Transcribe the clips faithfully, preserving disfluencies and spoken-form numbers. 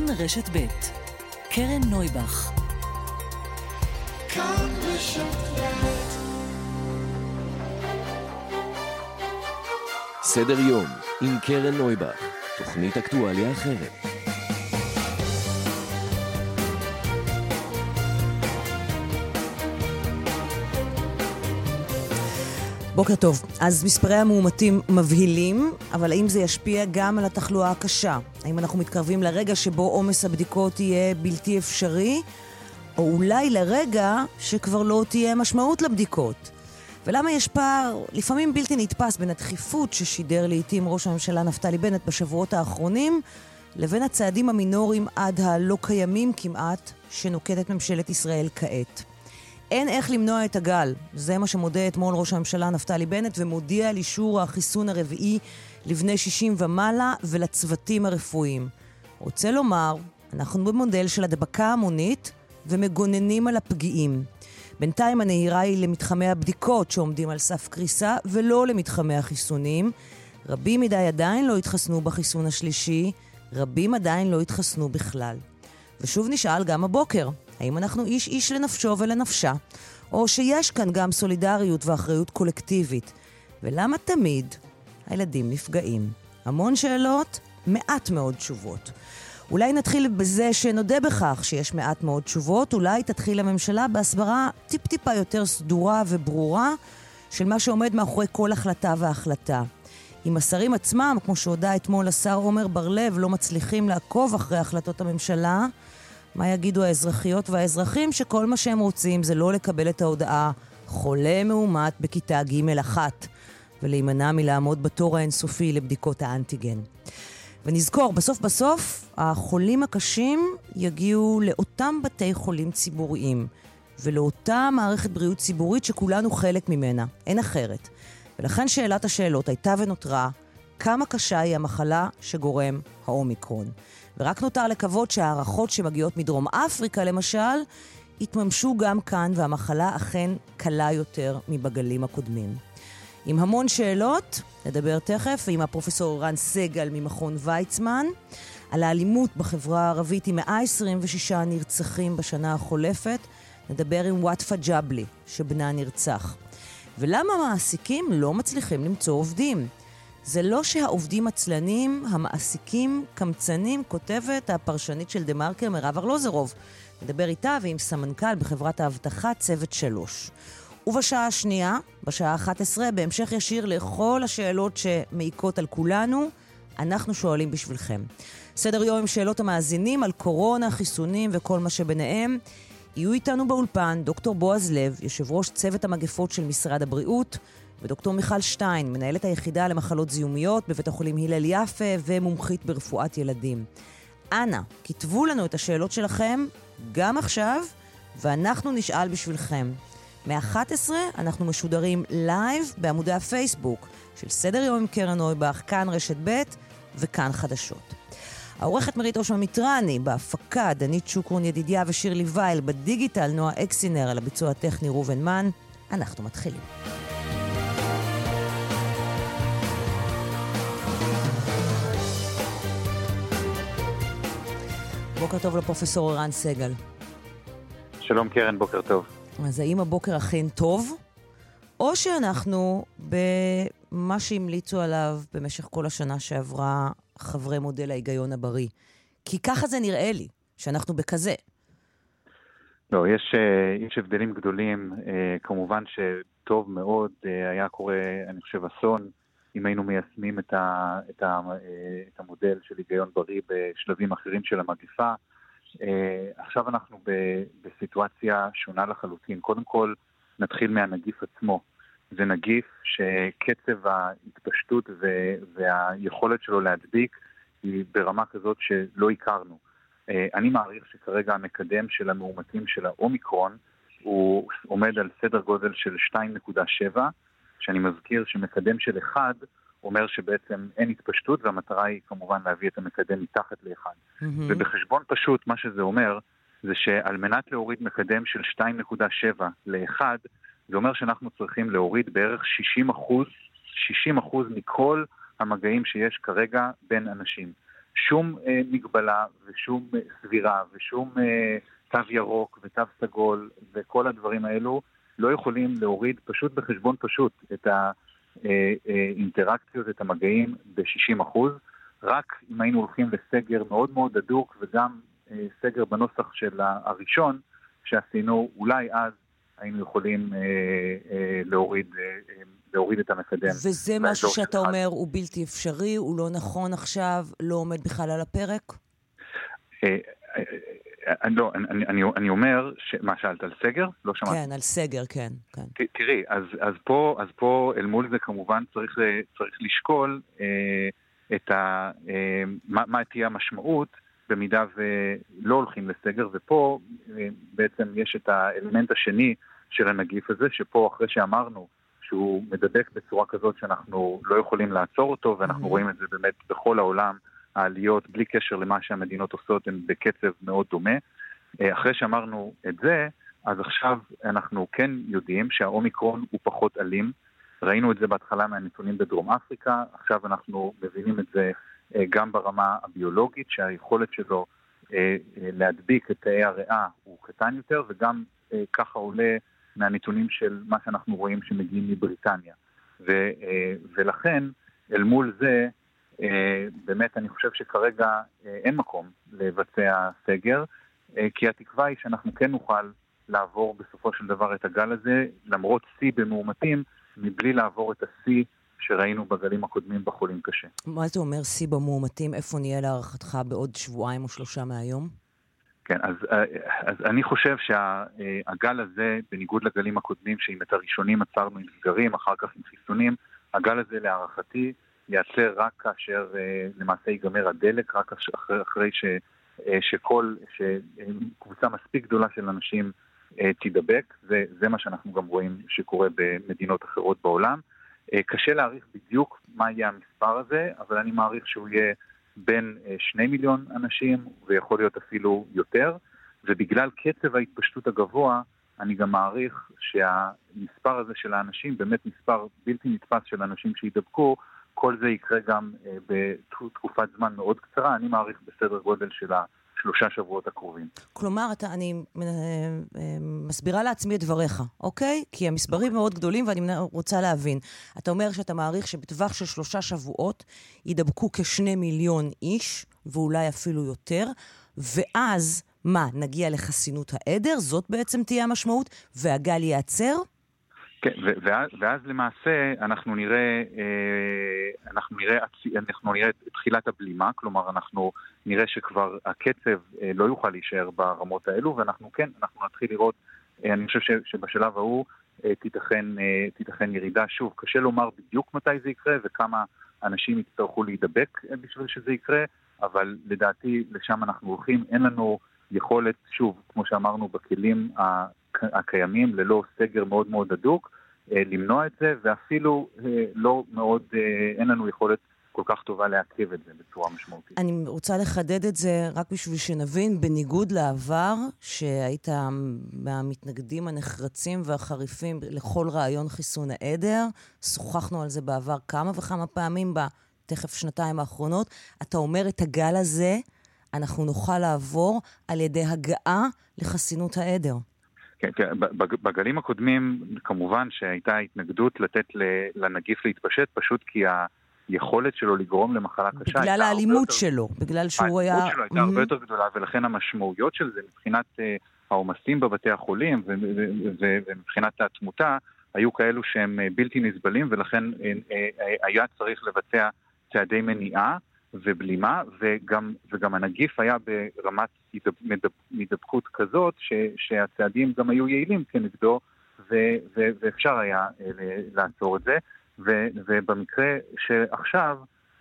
רשת ב' קרן נויבך. כאן רשת ב'. סדר יום עם קרן נויבך, תוכנית אקטואליה אחרת. בוקר טוב. אז מספרי המאומתים מבהילים, אבל האם זה ישפיע גם על התחלואה הקשה? האם אנחנו מתקרבים לרגע שבו עומס הבדיקות יהיה בלתי אפשרי? או אולי לרגע שכבר לא תהיה משמעות לבדיקות? ולמה יש פער לפעמים בלתי נתפס בין הדחיפות ששידר לעתים ראש הממשלה נפתלי בנט בשבועות האחרונים, לבין הצעדים המינוריים עד הלא קיימים כמעט שנוקטת ממשלת ישראל כעת? אין איך למנוע את הגל. זה מה שמודה אתמול ראש הממשלה נפתלי בנט, ומודיע על אישור החיסון הרביעי לבני שישים ומעלה ולצוותים הרפואיים. רוצה לומר, אנחנו במודל של הדבקה המונית ומגוננים על הפגיעים. בינתיים הנהירה היא למתחמי הבדיקות שעומדים על סף קריסה, ולא למתחמי החיסונים. רבים מדי עדיין לא התחסנו בחיסון השלישי, רבים עדיין לא התחסנו בכלל. ושוב נשאל גם הבוקר, האם אנחנו איש איש לנפשו ולנפשה, או שיש כאן גם סולידריות ואחריות קולקטיבית? ולמה תמיד הילדים נפגעים? המון שאלות, מעט מאוד תשובות. אולי נתחיל בזה שנודה בכך שיש מעט מאוד תשובות, אולי תתחיל הממשלה בהסברה טיפ-טיפה יותר סדורה וברורה של מה שעומד מאחורי כל החלטה והחלטה. אם השרים עצמם, כמו שהודע אתמול השר עומר בר-לב, לא מצליחים לעקוב אחרי החלטות הממשלה, מה יגידו האזרחיות והאזרחים שכל מה שהם רוצים זה לא לקבל את ההודעה חולה מאומת בכיתה ג' אחת ולהימנע מלעמוד בתור האינסופי לבדיקות האנטיגן. ונזכור, בסוף בסוף החולים הקשים יגיעו לאותם בתי חולים ציבוריים ולאותה מערכת בריאות ציבורית שכולנו חלק ממנה, אין אחרת. ולכן שאלת השאלות הייתה ונותרה, כמה קשה היא המחלה שגורם האומיקרון? ורק נותר לקוות שהערכות שמגיעות מדרום אפריקה למשל, יתממשו גם כאן והמחלה אכן קלה יותר מבגלים הקודמים. עם המון שאלות, נדבר תכף עם הפרופסור רן סגל ממכון ויצמן, על האלימות בחברה הערבית עם מאה עשרים ושישה נרצחים בשנה החולפת, נדבר עם וואטפה ג'בלי שבנה נרצח. ולמה מעסיקים לא מצליחים למצוא עובדים? זה לא שהעובדים עצלנים, המעסיקים קמצנים, כותבת הפרשנית של דמרקר מירב ארלוזרוב. נדבר איתה ועם סמנכ"ל בחברת האבטחה צוות שלוש. ובשעה השנייה, בשעה אחת עשרה, בהמשך ישיר לכל השאלות שמעיקות על כולנו, אנחנו שואלים בשבילכם. סדר יום עם שאלות המאזינים על קורונה, חיסונים וכל מה שביניהם. יהיו איתנו באולפן דוקטור בועז לב, יושב ראש צוות המגפות של משרד הבריאות, ודוקטור מיכל שטיין, מנהלת היחידה למחלות זיהומיות בבית החולים הלל יפה ומומחית ברפואת ילדים. אנא, כתבו לנו את השאלות שלכם גם עכשיו, ואנחנו נשאל בשבילכם. מ-אחת עשרה אנחנו משודרים לייב בעמודי הפייסבוק של סדר יום עם קרן נויבך, כאן רשת ב' וכאן חדשות. העורכת מרית אושמן מיטרני, בהפקה דנית שוקרון ידידיה ושירלי וייל, בדיגיטל נועה אקסינר, על הביצוע הטכני רובן מן. אנחנו מתחילים. בוקר טוב לפרופסור רן סגל. שלום קרן, בוקר טוב. אז האם הבוקר אכן טוב, או שאנחנו במה שהמליצו עליו במשך כל השנה שעברה חברי מודל ההיגיון הבריא? כי ככה זה נראה לי, שאנחנו בכזה. לא, יש, יש הבדלים גדולים. כמובן שטוב מאוד היה קורה, אני חושב, אסון, אם היינו מיישמים את, ה, את, ה, את המודל של היגיון בריא בשלבים אחרים של המגפה. עכשיו אנחנו ב, בסיטואציה שונה לחלוטין. קודם כל, נתחיל מהנגיף עצמו. זה נגיף שקצב ההתפשטות והיכולת שלו להדביק היא ברמה כזאת שלא הכרנו. אני מעריך שכרגע המקדם של המאומתים של האומיקרון הוא עומד על סדר גודל של שתיים נקודה שבע, שאני מזכיר שמקדם של אחד אומר שבעצם אין התפשטות, והמטרה היא כמובן להביא את המקדם מתחת לאחד. Mm-hmm. ובחשבון פשוט מה שזה אומר זה שעל מנת להוריד מקדם של שתיים נקודה שבע לאחד, זה אומר שאנחנו צריכים להוריד בערך שישים אחוז, שישים אחוז מכל המגעים שיש כרגע בין אנשים. שום אה, מגבלה ושום אה, סבירה ושום אה, תו ירוק ותו סגול וכל הדברים האלו לא יכולים להוריד פשוט בחשבון פשוט את האינטראקציות, את המגעים ב-שישים אחוז. רק אם היינו הולכים לסגר מאוד מאוד הדוק וגם אה, סגר בנוסח של הראשון שעשינו, אולי אז היינו יכולים אה, אה, להוריד, אה, להוריד את המקדם. וזה משהו שאתה אומר הוא בלתי אפשרי, הוא לא נכון עכשיו, לא עומד בכלל על הפרק? אה, אה, אה, לא, אני, אני, אני אומר, ש... מה שאלת על סגר? לא שמעתי. כן, על סגר, כן. כן. ת, תראי, אז, אז, פה, אז פה אל מול זה כמובן צריך, צריך לשקול אה, את ה, אה, מה, מה תהיה המשמעות במידה ולא הולכים לסגר, ופה אה, בעצם יש את האלמנט השני של הנגיף הזה, שפה אחרי שאמרנו שהוא מדבק בצורה כזאת שאנחנו לא יכולים לעצור אותו, ואנחנו mm-hmm. רואים את זה באמת בכל העולם, העליות בלי קשר למה שהמדינות עושות הן בקצב מאוד דומה. אחרי שאמרנו את זה, אז עכשיו אנחנו כן יודעים שהאומיקרון הוא פחות אלים. ראינו את זה בהתחלה מהנתונים בדרום אפריקה, עכשיו אנחנו מבינים את זה גם ברמה הביולוגית, שהיכולת שלו להדביק את תאי הריאה הוא קטן יותר, וגם ככה עולה מהנתונים של מה שאנחנו רואים שמגיעים מבריטניה. ו, ולכן, אל מול זה, באמת אני חושב שכרגע אין מקום לבצע סגר, כי התקווה היא שאנחנו כן נוכל לעבור בסופו של דבר את הגל הזה, למרות שיא במאומתים, מבלי לעבור את השיא שראינו בגלים הקודמים בחולים קשה. מה אתה אומר שיא במאומתים? איפה נהיה להערכתך בעוד שבועיים או שלושה מהיום? כן, אז, אז אני חושב שהגל הזה, בניגוד לגלים הקודמים, שאם את הראשונים עצרנו עם סגרים, אחר כך עם חיסונים, הגל הזה להערכתי ייעצר רק כאשר למעשה ייגמר הדלק, רק אחרי, אחרי ש, שכל, שקבוצה מספיק גדולה של אנשים תידבק, זה, זה מה שאנחנו גם רואים שקורה במדינות אחרות בעולם. קשה להעריך בדיוק מה יהיה המספר הזה, אבל אני מעריך שהוא יהיה בין שני מיליון אנשים, ויכול להיות אפילו יותר, ובגלל קצב ההתפשטות הגבוה, אני גם מעריך שהמספר הזה של האנשים, באמת מספר בלתי נתפס של אנשים שידבקו, כל זה יקרה גם בתקופת זמן מאוד קצרה, אני מעריך בסדר גודל של השלושה שבועות הקרובים. כלומר, אתה, אני מסבירה לעצמי את דבריך, אוקיי? כי המספרים מאוד גדולים ואני רוצה להבין. אתה אומר שאתה מעריך שבטווח של שלושה שבועות ידבקו כשני מיליון איש, ואולי אפילו יותר, ואז מה, נגיע לחסינות העדר? זאת בעצם תהיה המשמעות, והגל ייעצר? כן, ואז, ואז למעשה אנחנו נראה, אנחנו נראה, אנחנו נראה את תחילת הבלימה, כלומר אנחנו נראה שכבר הקצב לא יוכל להישאר ברמות האלו, ואנחנו כן, אנחנו נתחיל לראות, אני חושב שבשלב ההוא תיתכן, תיתכן ירידה. שוב, קשה לומר בדיוק מתי זה יקרה וכמה אנשים יצטרכו להידבק בשביל שזה יקרה, אבל לדעתי לשם אנחנו הולכים, אין לנו יכולת, שוב, כמו שאמרנו, בכלים הקיימים, ללא סגר מאוד מאוד הדוק, למנוע את זה, ואפילו לא מאוד, אין לנו יכולת כל כך טובה לעכב את זה בצורה משמעותית. אני רוצה לחדד את זה רק בשביל שנבין, בניגוד לעבר, שהיית מהמתנגדים הנחרצים והחריפים לכל רעיון חיסון העדר, שוחחנו על זה בעבר כמה וכמה פעמים, בתכף שנתיים האחרונות, אתה אומר את הגל הזה, אנחנו נוכל לעבור על ידי הגעה לחסינות העדר. כן, בגלים הקודמים כמובן שהייתה התנגדות לתת לנגיף להתפשט, פשוט כי היכולת שלו לגרום למחלה קשה. בגלל האלימות שלו, בגלל שהוא היה... האלימות שלו הייתה הרבה יותר גדולה, ולכן המשמעויות של זה מבחינת העומסים בבתי החולים ומבחינת התמותה, היו כאלו שהם בלתי נסבלים, ולכן היה צריך לבצע צעדי מניעה ובלימה, וגם, וגם הנגיף היה ברמת מדבקות כזאת, ש, שהצעדים גם היו יעילים כנגדו, ו, ו, ואפשר היה לעצור את זה. ו, ובמקרה שעכשיו,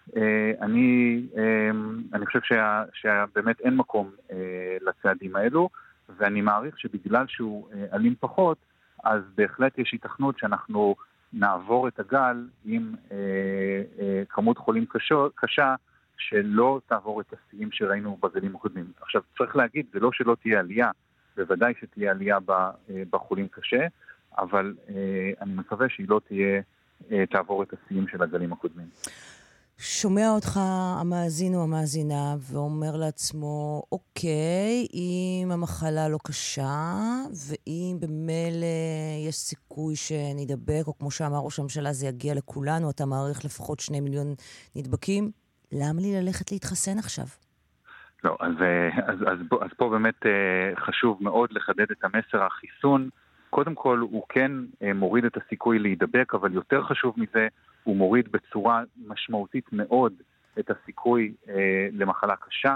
אני, אני חושב שה, שבאמת אין מקום לצעדים האלו, ואני מעריך שבגלל שהוא אלים פחות, אז בהחלט יש התכנות שאנחנו נעבור את הגל עם כמות חולים קשו, קשה, שלא תעבור את השיאים שראינו בגלים הקודמים. עכשיו, צריך להגיד, זה לא שלא תהיה עלייה, בוודאי שתהיה עלייה בחולים קשה, אבל אני מקווה שהיא לא תהיה, תעבור את השיאים של הגלים הקודמים. שומע אותך המאזין או המאזינה ואומר לעצמו, אוקיי, אם המחלה לא קשה, ואם במילא יש סיכוי שנדבק, או כמו שאמר ראש הממשלה, זה יגיע לכולנו, אתה מעריך לפחות שני מיליון נדבקים, למה לי ללכת להתחסן עכשיו? לא, אז, אז, אז, אז פה באמת חשוב מאוד לחדד את המסר. החיסון, קודם כל הוא כן מוריד את הסיכוי להידבק, אבל יותר חשוב מזה, הוא מוריד בצורה משמעותית מאוד את הסיכוי אה, למחלה קשה,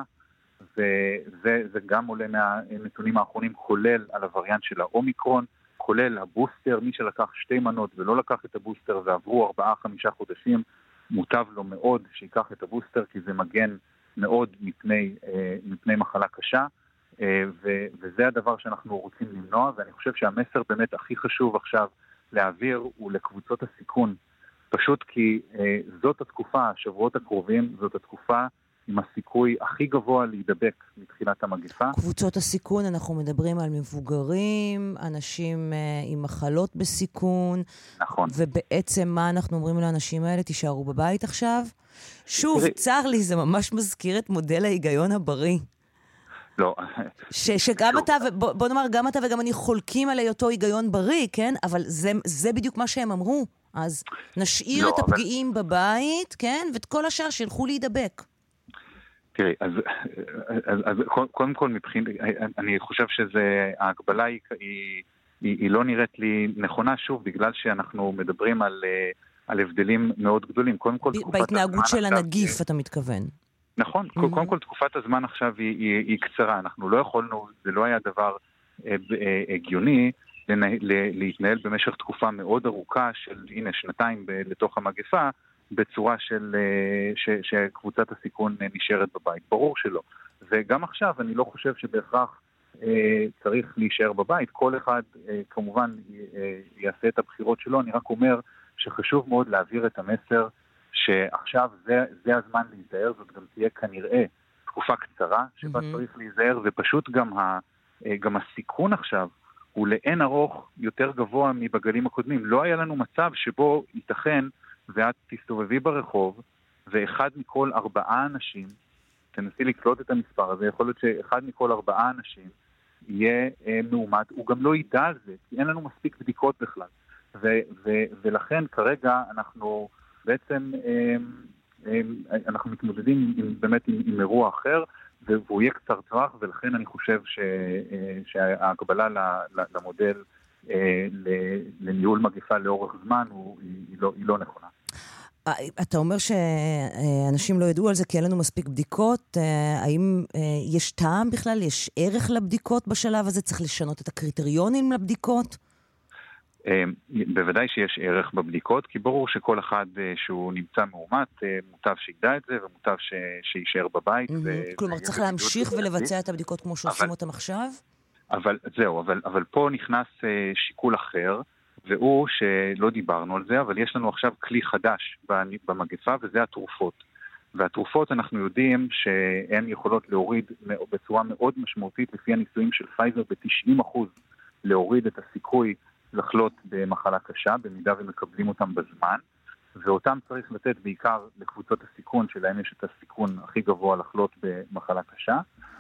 וזה זה גם עולה מהנתונים האחרונים, כולל על הווריאנט של האומיקרון, כולל הבוסטר, מי שלקח שתי מנות ולא לקח את הבוסטר ועברו ארבעה חמישה חודשים, מוטב לו מאוד שיקח את הבוסטר, כי זה מגן מאוד מפני, אה, מפני מחלה קשה, אה, ו, וזה הדבר שאנחנו רוצים למנוע, ואני חושב שהמסר באמת הכי חשוב עכשיו להעביר הוא לקבוצות הסיכון, פשוט כי אה, זאת התקופה, השבועות הקרובים, זאת התקופה עם הסיכוי הכי גבוה להידבק מתחילת המגיפה. קבוצות הסיכון, אנחנו מדברים על מבוגרים, אנשים אה, עם מחלות בסיכון. נכון. ובעצם מה אנחנו אומרים לאנשים האלה? תישארו בבית עכשיו? שוב, תראי, צר לי, זה ממש מזכיר את מודל ההיגיון הבריא. לא. ש, שגם אתה, בוא, בוא נאמר, גם אתה וגם אני חולקים על אותו היגיון בריא, כן? אבל זה, זה בדיוק מה שהם אמרו. אז נשאיר לא, את הפגיעים אבל... בבית, כן? ואת כל השאר שילכו להידבק. תראי, אז, אז, אז קודם כל מבחין, אני חושב שההגבלה היא, היא, היא, היא לא נראית לי נכונה, שוב, בגלל שאנחנו מדברים על, על הבדלים מאוד גדולים. קודם כל, בהתנהגות של הנגיף, עכשיו, אתה מתכוון. נכון, mm-hmm. קודם כל תקופת הזמן עכשיו היא, היא, היא קצרה. אנחנו לא יכולנו, זה לא היה דבר אה, אה, הגיוני, להתנהל במשך תקופה מאוד ארוכה של, הנה, שנתיים ב- לתוך המגפה, בצורה של, ש- שקבוצת הסיכון נשארת בבית. ברור שלא. וגם עכשיו אני לא חושב שבהכרח אה, צריך להישאר בבית. כל אחד אה, כמובן אה, יעשה את הבחירות שלו. אני רק אומר שחשוב מאוד להעביר את המסר שעכשיו זה, זה הזמן להיזהר. זאת גם תהיה כנראה תקופה קצרה שבה mm-hmm. צריך להיזהר, ופשוט גם, ה, גם הסיכון עכשיו הוא לאין ארוך יותר גבוה מבגלים הקודמים. לא היה לנו מצב שבו ייתכן ואת תסתובבי ברחוב, ואחד מכל ארבעה אנשים, תנסי לקלוט את המספר הזה, יכול להיות שאחד מכל ארבעה אנשים יהיה אה, מאומת, הוא גם לא ידע על זה, כי אין לנו מספיק בדיקות בכלל. ו- ו- ולכן כרגע אנחנו בעצם, אה, אה, אנחנו מתמודדים עם, באמת עם, עם אירוע אחר, והוא יהיה קצר טווח, ולכן אני חושב ש, שההקבלה למודל לניהול מגיפה לאורך זמן היא לא, היא לא נכונה. אתה אומר שאנשים לא ידעו על זה כי אין לנו מספיק בדיקות. האם יש טעם בכלל? יש ערך לבדיקות בשלב הזה? צריך לשנות את הקריטריונים לבדיקות? בוודאי שיש ערך בבדיקות, כי ברור שכל אחד שהוא נמצא מאומת, מוטב שידע את זה ומוטב שישאר בבית. כלומר, צריך להמשיך ולבצע את הבדיקות כמו שעושים אותם עכשיו? אבל זהו, אבל, אבל פה נכנס שיקול אחר, והוא שלא דיברנו על זה, אבל יש לנו עכשיו כלי חדש במגפה, וזה התרופות. והתרופות אנחנו יודעים שהן יכולות להוריד בצורה מאוד משמעותית, לפי הניסויים של פייזר ב-תשעים אחוז, להוריד את הסיכוי לחלות במחלה קשה, במידה ומקבלים אותם בזמן, ואותם צריך לתת בעיקר לקבוצות הסיכון, שלהם יש את הסיכון הכי גבוה לחלות במחלה קשה,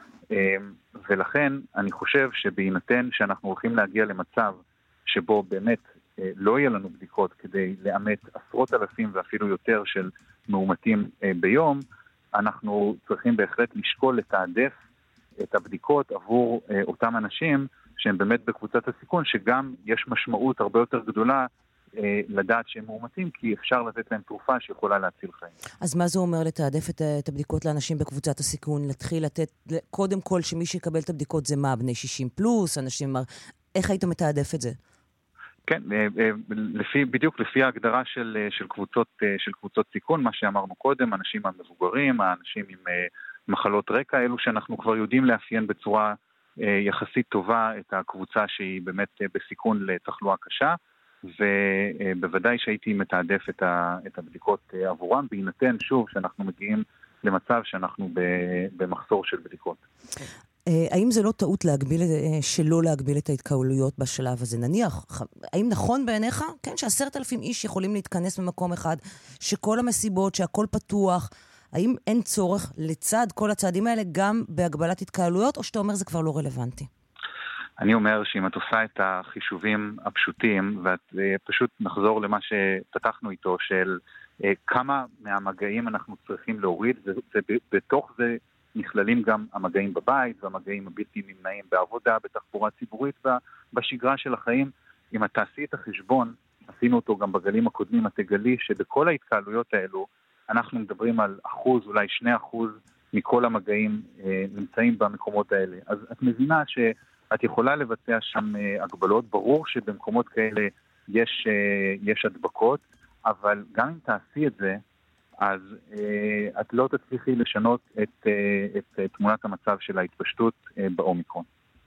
ולכן אני חושב שבהינתן שאנחנו הולכים להגיע למצב שבו באמת לא יהיה לנו בדיקות כדי לאמת עשרות אלפים ואפילו יותר של מאומתים ביום, אנחנו צריכים בהחלט לשקול לתעדף את הבדיקות עבור אותם אנשים שהם באמת בקבוצת הסיכון, שגם יש משמעות הרבה יותר גדולה לדעת שהם מאומתים, כי אפשר לתת להם תרופה שיכולה להציל חיים. אז מה זה אומר לתעדף את הבדיקות לאנשים בקבוצת הסיכון? להתחיל לתת, קודם כל שמי שיקבל את הבדיקות זה מה? בני שישים פלוס? אנשים, איך היית מתעדף את זה? כן, לפי, בדיוק לפי ההגדרה של, של קבוצות, של קבוצות סיכון, מה שאמרנו קודם, אנשים המבוגרים, האנשים עם מחלות רקע, אלו שאנחנו כבר יודעים לאפיין בצורה יחסית טובה את הקבוצה שהיא באמת בסיכון לתחלואה קשה, ובוודאי שהייתי מתעדף את הבדיקות עבורם, בהינתן שוב שאנחנו מגיעים למצב שאנחנו במחסור של בדיקות. האם זה לא טעות להגביל, שלא להגביל את ההתקהלויות בשלב הזה? נניח, האם נכון בעיניך? כן, שעשרת אלפים איש יכולים להתכנס במקום אחד, שכל המסיבות, שהכל פתוח, האם אין צורך לצד כל הצעדים האלה גם בהגבלת התקהלויות, או שאתה אומר זה כבר לא רלוונטי? אני אומר שאם את עושה את החישובים הפשוטים, ואת פשוט נחזור למה שפתחנו איתו, של כמה מהמגעים אנחנו צריכים להוריד, ובתוך זה נכללים גם המגעים בבית, והמגעים הבלתי נמנעים בעבודה, בתחבורה ציבורית ובשגרה של החיים. אם את תעשי את החשבון, עשינו אותו גם בגלים הקודמים, את תגלי שבכל ההתקהלויות האלו, אנחנו מדברים על אחוז, אולי שני אחוז מכל המגעים אה, נמצאים במקומות האלה. אז את מבינה שאת יכולה לבצע שם אה, הגבלות, ברור שבמקומות כאלה יש, אה, יש הדבקות, אבל גם אם תעשי את זה, אז אה, את לא תצליחי לשנות את, אה, את אה, תמונת המצב של ההתפשטות אה, באומיקרון.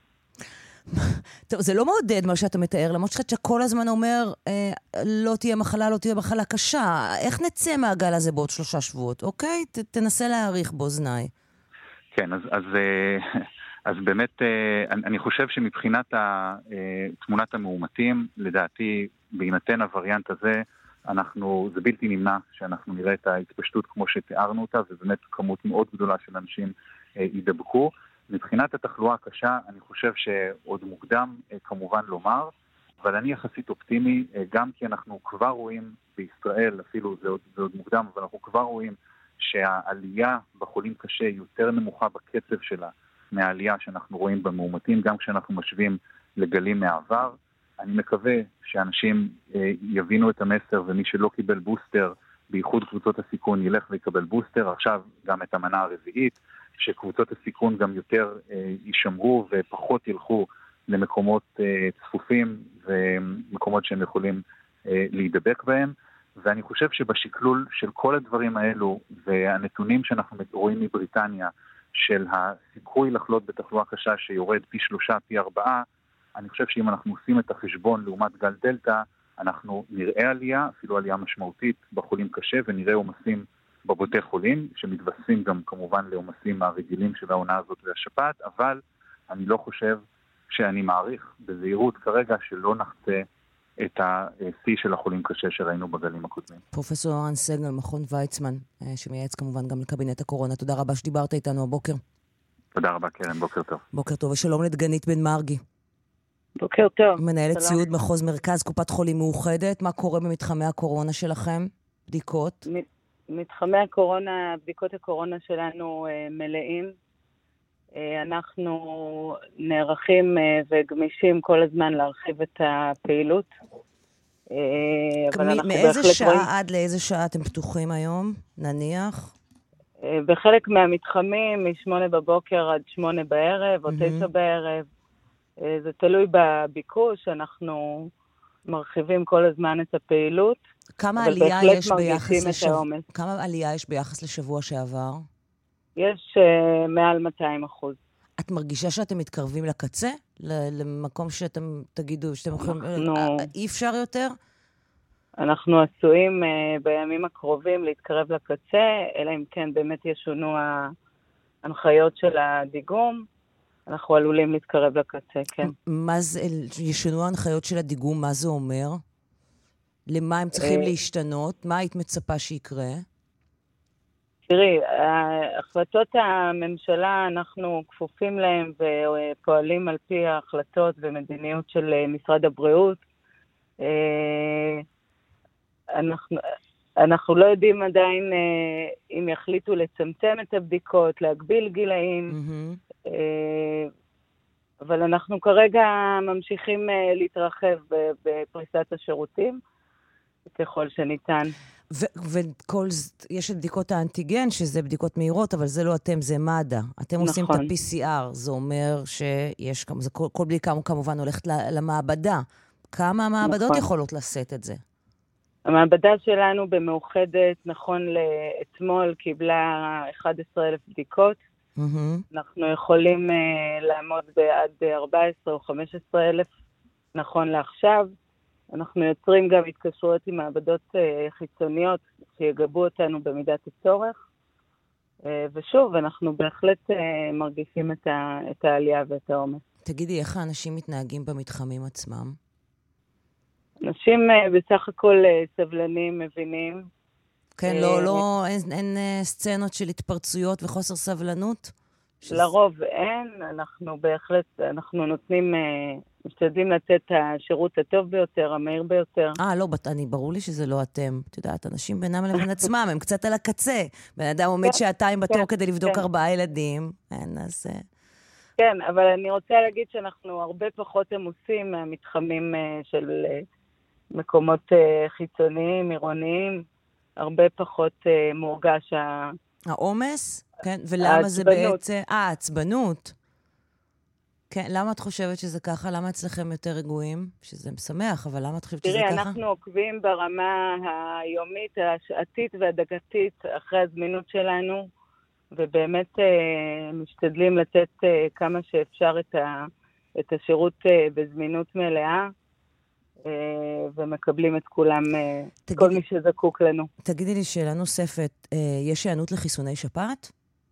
טוב, זה לא מעודד מה שאתה מתאר, למרות שאתה כל הזמן אומר, אה, לא תהיה מחלה, לא תהיה מחלה קשה. איך נצא מהגל הזה בעוד שלושה שבועות? אוקיי? ת, תנסה להעריך באוזניי. כן, אז, אז, אז באמת, אני חושב שמבחינת תמונת המאומתים, לדעתי, בהינתן הווריאנט הזה, אנחנו, זה בלתי נמנע שאנחנו נראה את ההתפשטות כמו שתיארנו אותה, ובאמת כמות מאוד גדולה של אנשים יידבקו. מבחינת התחלואה הקשה, אני חושב שעוד מוקדם כמובן לומר, אבל אני יחסית אופטימי, גם כי אנחנו כבר רואים בישראל, אפילו זה עוד, זה עוד מוקדם, אבל אנחנו כבר רואים שהעלייה בחולים קשה יותר נמוכה בקצב שלה מהעלייה שאנחנו רואים במאומתים, גם כשאנחנו משווים לגלים מהעבר. אני מקווה שאנשים יבינו את המסר, ומי שלא קיבל בוסטר, בייחוד קבוצות הסיכון, ילך ויקבל בוסטר, עכשיו גם את המנה הרביעית, שקבוצות הסיכון גם יותר אה, יישמרו ופחות ילכו למקומות אה, צפופים ומקומות שהם יכולים אה, להידבק בהם. ואני חושב שבשקלול של כל הדברים האלו והנתונים שאנחנו רואים מבריטניה של הסיכוי לחלות בתחלואה קשה שיורד פי שלושה, פי ארבעה, אני חושב שאם אנחנו עושים את החשבון לעומת גל דלטה, אנחנו נראה עלייה, אפילו עלייה משמעותית בחולים קשה, ונראה עומסים בבתי חולים, שמתווספים גם כמובן לעומסים הרגילים של העונה הזאת והשפעת, אבל אני לא חושב שאני מעריך בזהירות כרגע שלא נחצה את השיא של החולים קשה שראינו בגלים הקודמים. פרופסור ערן סגל, מכון ויצמן, שמייעץ כמובן גם לקבינט הקורונה. תודה רבה שדיברת איתנו הבוקר. תודה רבה קרן, בוקר טוב. בוקר טוב, ושלום לדגנית בן מרגי. בוקר טוב. מנהלת ציוד מחוז מרכז, קופת חולים מאוחדת. מה קורה במתחמי הקורונה שלכם? בדיקות? מתחמי הקורונה, בדיקות הקורונה שלנו מלאים. אנחנו נערכים וגמישים כל הזמן להרחיב את הפעילות. מאיזה שעה עד לאיזה שעה אתם פתוחים היום, נניח? בחלק מהמתחמים, משמונה בבוקר עד שמונה בערב, או תשע בערב. זה תלוי בביקוש, אנחנו מרחיבים כל הזמן את הפעילות. כמה עלייה יש ביחס לשבוע? כמה עלייה יש ביחס לשבוע שעבר? יש uh, מעל מאתיים אחוז. את מרגישה שאתם מתקרבים לקצה? למקום שאתם תגידו, שאתם יכולים... אנחנו... אי אפשר יותר? אנחנו עשויים uh, בימים הקרובים להתקרב לקצה, אלא אם כן באמת ישונו ההנחיות של הדיגום. אנחנו עלולים להתקרב לקצה, כן. מה זה, ישונו ההנחיות של הדיגום, מה זה אומר? למה הם צריכים להשתנות? מה היית מצפה שיקרה? תראי, החלטות הממשלה, אנחנו כפופים להם ופועלים על פי ההחלטות ומדיניות של משרד הבריאות. אנחנו, אנחנו לא יודעים עדיין אם יחליטו לצמצם את הבדיקות, להגביל גילאים, mm-hmm. אבל אנחנו כרגע ממשיכים להתרחב בפריסת השירותים ככל שניתן. וכל, יש את בדיקות האנטיגן, שזה בדיקות מהירות, אבל זה לא אתם, זה מד"א. אתם עושים את ה-פי סי אר, זה אומר שיש, כל בדיקה כמובן הולכת למעבדה. כמה המעבדות יכולות לשאת את זה? המעבדה שלנו במאוחדת, נכון לאתמול, קיבלה אחד עשר אלף בדיקות. אנחנו יכולים לעמוד בעד ארבע עשרה או חמש עשרה אלף נכון לעכשיו. אנחנו יוצרים גם התקשרויות עם מעבדות חיצוניות שיגבו אותנו במידת הצורך. ושוב, אנחנו בהחלט מרגישים את, ה, את העלייה ואת העומס. תגידי, איך האנשים מתנהגים במתחמים עצמם? אנשים בסך הכל סבלנים, מבינים. כן, לא, לא, אין, אין סצנות של התפרצויות וחוסר סבלנות? לרוב אין, אנחנו בהחלט, אנחנו נותנים, משתדלים לתת את השירות הטוב ביותר, המהיר ביותר. אה, לא, אני, ברור לי שזה לא אתם. את יודעת, אנשים בינם לבין עצמם, הם קצת על הקצה. בן אדם עומד שעתיים בתור כדי לבדוק ארבעה ילדים. אין, אז... כן, אבל אני רוצה להגיד שאנחנו הרבה פחות עמוסים מהמתחמים של מקומות חיצוניים, עירוניים, הרבה פחות מורגש ה... העומס? כן, ולמה זה בעצם... אה, העצבנות. כן, למה את חושבת שזה ככה? למה אצלכם יותר רגועים? שזה משמח, אבל למה את חושבת שזה ככה? תראי, אנחנו עוקבים ברמה היומית, השעתית והדקתית אחרי הזמינות שלנו, ובאמת אה, משתדלים לתת אה, כמה שאפשר את, ה, את השירות אה, בזמינות מלאה, אה, ומקבלים את כולם, אה, תגיד, כל מי שזקוק לנו. תגידי לי שאלה נוספת, אה, יש הענות לחיסוני שפעת?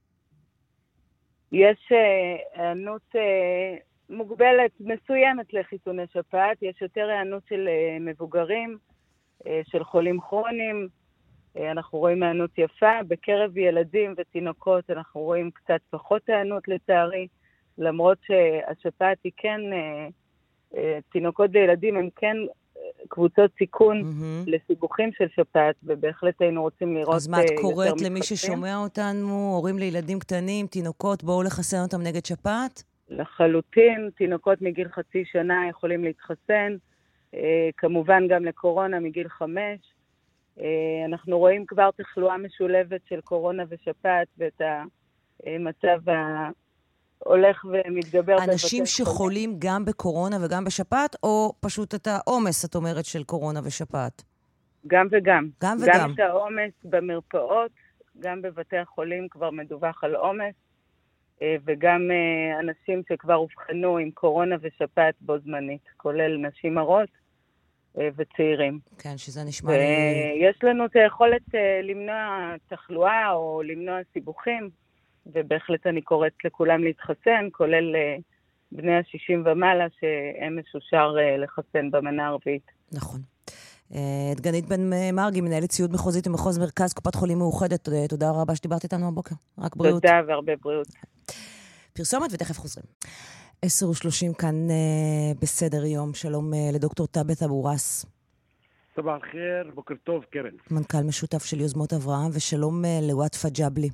יש הענות אה, אה, מוגבלת, מסוימת לחיסוני שפעת, יש יותר הענות של אה, מבוגרים, אה, של חולים כרוניים, אנחנו רואים הענות יפה, בקרב ילדים ותינוקות אנחנו רואים קצת פחות הענות לצערי, למרות שהשפעת היא כן, תינוקות וילדים הם כן קבוצות סיכון mm-hmm. לסיבוכים של שפעת, ובהחלט היינו רוצים לראות... אז מה את קוראת למי ששומע אותנו, הורים לילדים קטנים, תינוקות, בואו לחסן אותם נגד שפעת? לחלוטין, תינוקות מגיל חצי שנה יכולים להתחסן, כמובן גם לקורונה מגיל חמש, אנחנו רואים כבר תחלואה משולבת של קורונה ושפעת, ואת המצב ההולך ומתגבר. אנשים שחולים גם בקורונה וגם בשפעת, או פשוט את העומס, את אומרת, של קורונה ושפעת? גם וגם. גם וגם. גם את העומס במרפאות, גם בבתי החולים כבר מדווח על עומס, וגם אנשים שכבר הובחנו עם קורונה ושפעת בו זמנית, כולל נשים הרות, וצעירים. כן, שזה נשמע לי... יש לנו את היכולת למנוע תחלואה או למנוע סיבוכים, ובהחלט אני קוראת לכולם להתחסן, כולל בני ה-שישים ומעלה, שהם משושר לחסן במנה הרביעית. נכון. דגנית בן מרגי, מנהלת ציוד מחוזית במחוז מרכז, קופת חולים מאוחדת, תודה רבה שדיברת איתנו הבוקר. רק בריאות. תודה והרבה בריאות. פרסומת ותכף חוזרים. עשר ושלושים כאן uh, בסדר יום. שלום uh, לדוקטור טאבת אבו ראס. סבח אל-חיר, בוקר טוב, קרן. מנכ"ל משותף של יוזמות אברהם, ושלום uh, לוואטפה ג'בלי.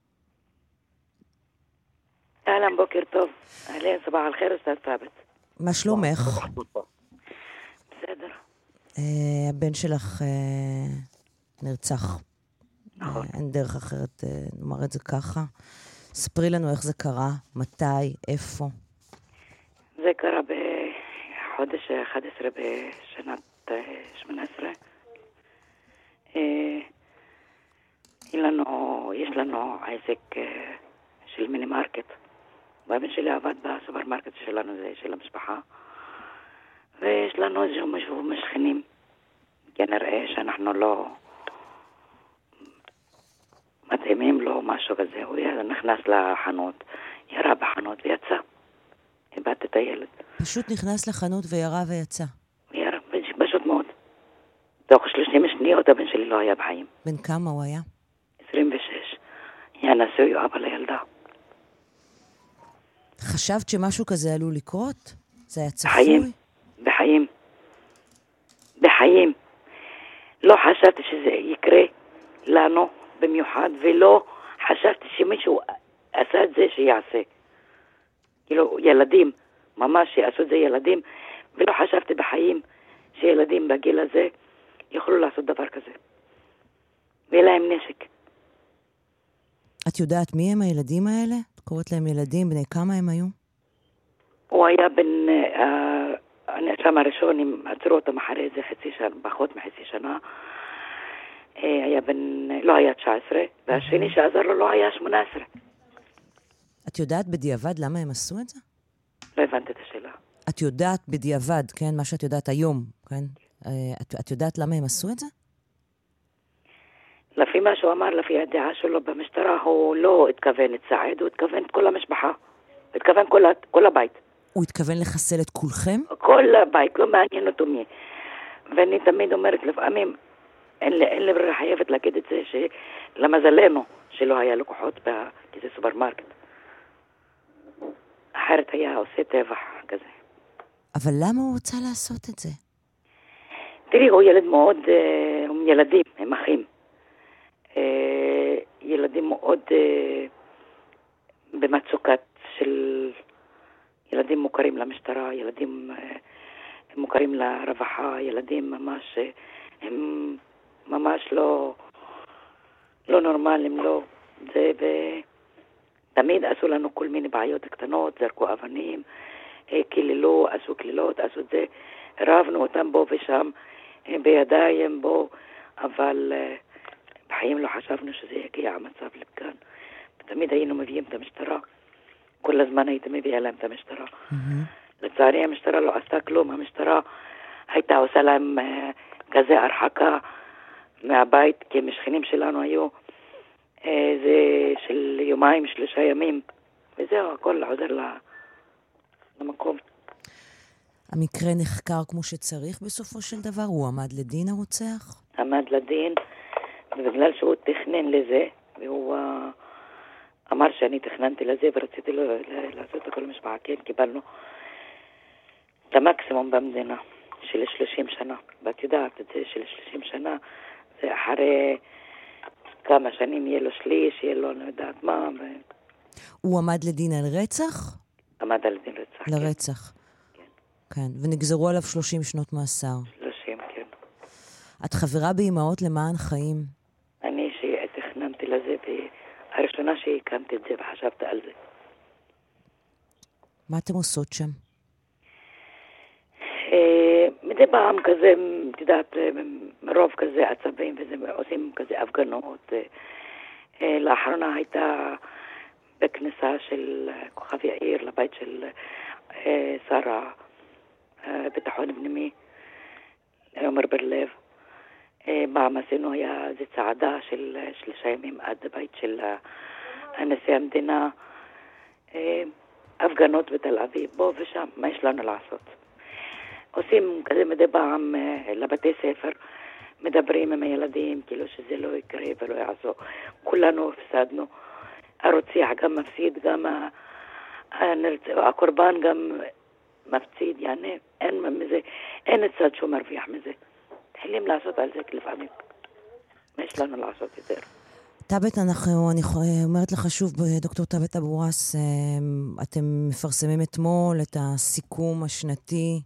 אהלן, בוקר טוב. אהלן, סבח אל-חיר, אסתד טאבת. מה שלומך? בסדר. Uh, הבן שלך uh, נרצח. נכון. Uh, אין דרך אחרת, uh, נאמר את זה ככה. ספרי לנו איך זה קרה, מתי, איפה. זה קרה בחודש אחד עשר בשנת שמונה עשרה. יש לנו עסק של מיני מרקט. והבן שלי עבד בסופרמרקט שלנו, זה של המשפחה. ויש לנו איזשהו משהו משכנים. כנראה שאנחנו לא מתאימים לו משהו כזה. הוא נכנס לחנות, ירה בחנות ויצא. איבדת את הילד. פשוט נכנס לחנות וירה ויצא. ירה, פשוט מאוד. תוך שלושים שניות הבן שלי לא היה בחיים. בן כמה הוא היה? עשרים ושש. היה נשוי אבא לילדה. חשבת שמשהו כזה עלול לקרות? זה היה צפוי? בחיים, בחיים. בחיים. לא חשבתי שזה יקרה לנו במיוחד, ולא חשבתי שמישהו עשה את זה שיעשה. כאילו, ילדים, ממש שיעשו את זה ילדים, ולא חשבתי בחיים שילדים בגיל הזה יוכלו לעשות דבר כזה. ויהיה להם נשק. את יודעת מי הם הילדים האלה? את קוראת להם ילדים, בני כמה הם היו? הוא היה בן, אה, הנאשם הראשון, הם עצרו אותם אחרי איזה חצי שנה, פחות מחצי שנה. אה, היה בן, לא היה תשע עשרה, והשני שעזר לו לא היה שמונה עשרה. את יודעת בדיעבד למה הם עשו את זה? לא הבנת את השאלה. את יודעת בדיעבד, כן? מה שאת יודעת היום, כן? את, את יודעת למה הם עשו את זה? לפי מה שהוא אמר, לפי הדעה שלו במשטרה, הוא לא התכוון את סעד, הוא התכוון את כל המשפחה. התכוון כל, כל הבית. הוא התכוון לחסל את כולכם? כל הבית, לא מעניין אותו מי. ואני תמיד אומרת, לפעמים, אין לי, אין לי ברירה חייבת להגיד את זה, שלמזלנו, שלא היה לקוחות בכזה סופרמרקט. אחרת היה עושה טבח כזה. אבל למה הוא רוצה לעשות את זה? תראי, הוא ילד מאוד, הם ילדים, הם אחים. ילדים מאוד במצוקת של ילדים מוכרים למשטרה, ילדים מוכרים לרווחה, ילדים ממש, הם ממש לא, לא נורמליים, לא. זה, ותמיד עשו לנו כל מיני בעיות קטנות, זרקו אבנים, כללו, עשו כלילות, עשו את זה, רבנו אותם בו ושם, בידיים בו, אבל בחיים לא חשבנו שזה יגיע המצב לכאן. ותמיד היינו מביאים את המשטרה. כל הזמן הייתי מביאה להם את המשטרה. Mm-hmm. לצערי המשטרה לא עשתה כלום. המשטרה הייתה עושה להם uh, כזה הרחקה מהבית, כי המשכנים שלנו היו uh, זה של יומיים, שלושה ימים. וזהו, הכל עוזר למקום. המקרה נחקר כמו שצריך בסופו של דבר? הוא עמד לדין הרוצח? עמד לדין, ובגלל שהוא תכנן לזה, והוא uh, אמר שאני תכננתי לזה ורציתי לו, לעשות הכל משפחה, כן, קיבלנו את המקסימום במדינה של שלושים שנה. ואת יודעת את זה, של שלושים שנה, זה אחרי כמה שנים יהיה לו שליש, יהיה לו, לא יודעת מה. ו... הוא עמד לדין על רצח? עמד על דין רצח, לרצח. כן. כן, ונגזרו עליו שלושים שנות מאסר. שלושים, כן. את חברה באימהות למען חיים? אני שתכננתי לזה, והראשונה שהקמתי את זה וחשבת על זה. מה אתם עושות שם? מדי פעם כזה, את יודעת, מרוב כזה עצבים וזה, עושים כזה הפגנות. לאחרונה הייתה בכניסה של כוכב יאיר לבית של שר הביטחון הפנימי, עומר בר-לב. פעם עשינו היה איזו צעדה של שלושה ימים עד הבית של נשיא המדינה, הפגנות בתל אביב, בו ושם, מה יש לנו לעשות? עושים כזה מדי פעם לבתי ספר, מדברים עם הילדים, כאילו שזה לא יקרה ולא יעזור. כולנו הפסדנו. הרוצח גם מפסיד, גם הקורבן גם מפסיד, יעני, אין מזה, אין צד שהוא מרוויח מזה. מתחילים לעשות על זה לפעמים. מה יש לנו לעשות יותר? טאבט, אנחנו, אני אומרת לך שוב, דוקטור טאבט אבו ראס, אתם מפרסמים אתמול את הסיכום השנתי,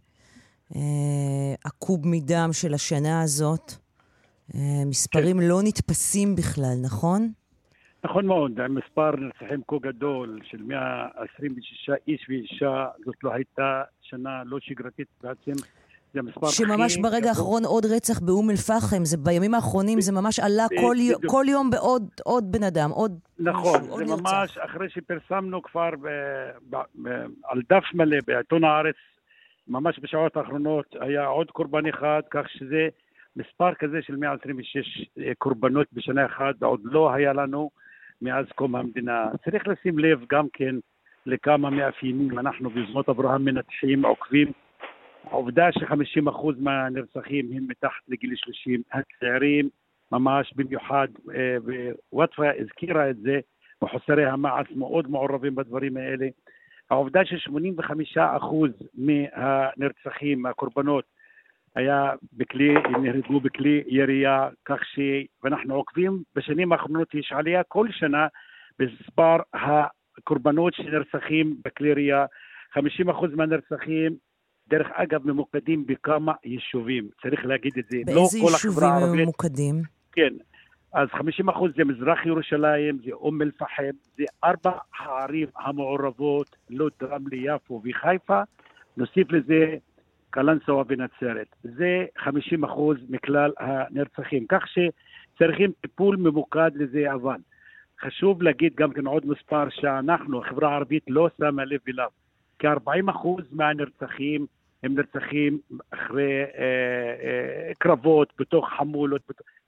עקוב מדם של השנה הזאת. מספרים לא נתפסים בכלל, נכון? נכון מאוד, מספר נרצחים כה גדול של מאה עשרים ושישה איש ואישה, זאת לא הייתה שנה לא שגרתית בעצם. שממש ברגע האחרון עוד רצח באום אל-פחם, זה בימים האחרונים זה ממש עלה כל, כל יום בעוד עוד בן אדם, עוד נכון, משהו, זה עוד ממש נרצח. אחרי שפרסמנו כבר ב, ב, ב, על דף מלא בעיתון הארץ, ממש בשעות האחרונות היה עוד קורבן אחד, כך שזה מספר כזה של מאה עשרים ושש קורבנות בשנה אחת, עוד לא היה לנו מאז קום המדינה. צריך לשים לב גם כן לכמה מאפיינים, אנחנו ביוזמות אברהם מנתחים, עוקבים, העובדה ש-חמישים אחוז מהנרצחים הם מתחת לגיל שלושים, הצעירים ממש במיוחד, ווואטפה הזכירה את זה, וחוסרי המעש מאוד מעורבים בדברים האלה. העובדה ש-שמונים וחמישה אחוז מהנרצחים, מהקורבנות, היה בכלי, נהרגו בכלי ירייה, כך ש... ואנחנו עוקבים בשנים האחרונות, יש עלייה כל שנה במספר הקורבנות שנרצחים בכלי ירייה, חמישים אחוז מהנרצחים, דרך אגב, ממוקדים בכמה יישובים. צריך להגיד את זה. באיזה לא יישובים הם ממוקדים? כן. אז חמישים אחוז זה מזרח ירושלים, זה אום אל-פחם, זה ארבע הערים המעורבות, לוד, רמלה, יפו וחיפה. נוסיף לזה קלנסווה ונצרת. זה חמישים אחוז מכלל הנרצחים. כך שצריכים טיפול ממוקד לזה, אבל חשוב להגיד גם כן עוד מספר שאנחנו, החברה הערבית, לא שמה לב אליו. כ-ארבעים אחוז מהנרצחים הם נרצחים אחרי אה, אה, קרבות, בתוך חמולות, בת...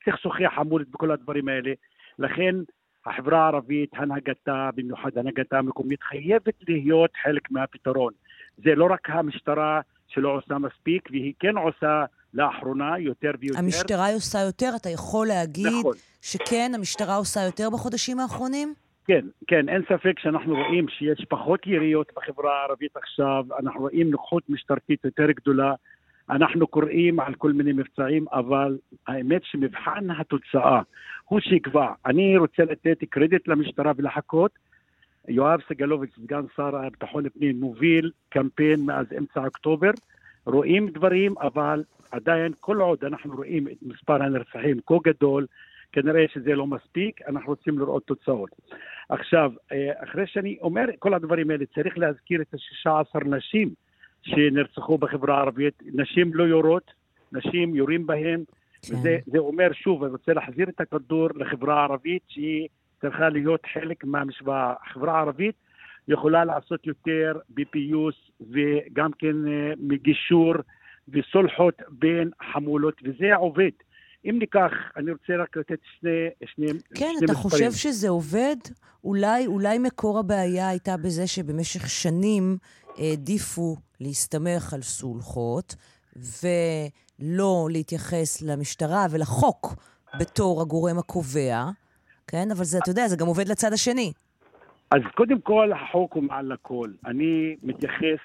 סכסוכי חמולות בכל הדברים האלה. לכן החברה הערבית, הנהגתה, במיוחד הנהגתה המקומית, חייבת להיות חלק מהפתרון. זה לא רק המשטרה שלא עושה מספיק, והיא כן עושה לאחרונה יותר ויותר. המשטרה עושה יותר, אתה יכול להגיד נכון. שכן, המשטרה עושה יותר בחודשים האחרונים? כן, כן, אין ספק שאנחנו רואים שיש פחות יריות בחברה הערבית עכשיו, אנחנו רואים נוכחות משטרתית יותר גדולה, אנחנו קוראים על כל מיני מבצעים, אבל האמת שמבחן התוצאה הוא שיקבע. אני רוצה לתת קרדיט למשטרה ולחכות. יואב סגלוביץ', סגן שר הביטחון הפנים, מוביל קמפיין מאז אמצע אוקטובר, רואים דברים, אבל עדיין כל עוד אנחנו רואים את מספר הנרצחים כה גדול, כנראה שזה לא מספיק, אנחנו רוצים לראות תוצאות. עכשיו, אחרי שאני אומר כל הדברים האלה, צריך להזכיר את ה-שש עשרה נשים שנרצחו בחברה הערבית. נשים לא יורות, נשים יורים בהן, כן. וזה זה אומר שוב, אני רוצה להחזיר את הכדור לחברה הערבית, שהיא צריכה להיות חלק מהמשוואה. החברה הערבית יכולה לעשות יותר בפיוס, וגם כן מגישור וסולחות בין חמולות, וזה עובד. אם ניקח, אני רוצה רק לתת שני, שני, כן, שני אתה מספרים. חושב שזה עובד? אולי, אולי מקור הבעיה הייתה בזה שבמשך שנים העדיפו להסתמך על סולחות, ולא להתייחס למשטרה ולחוק בתור הגורם הקובע, כן? אבל זה, אתה יודע, זה גם עובד לצד השני. אז קודם כל, החוק הוא מעל הכל. אני מתייחס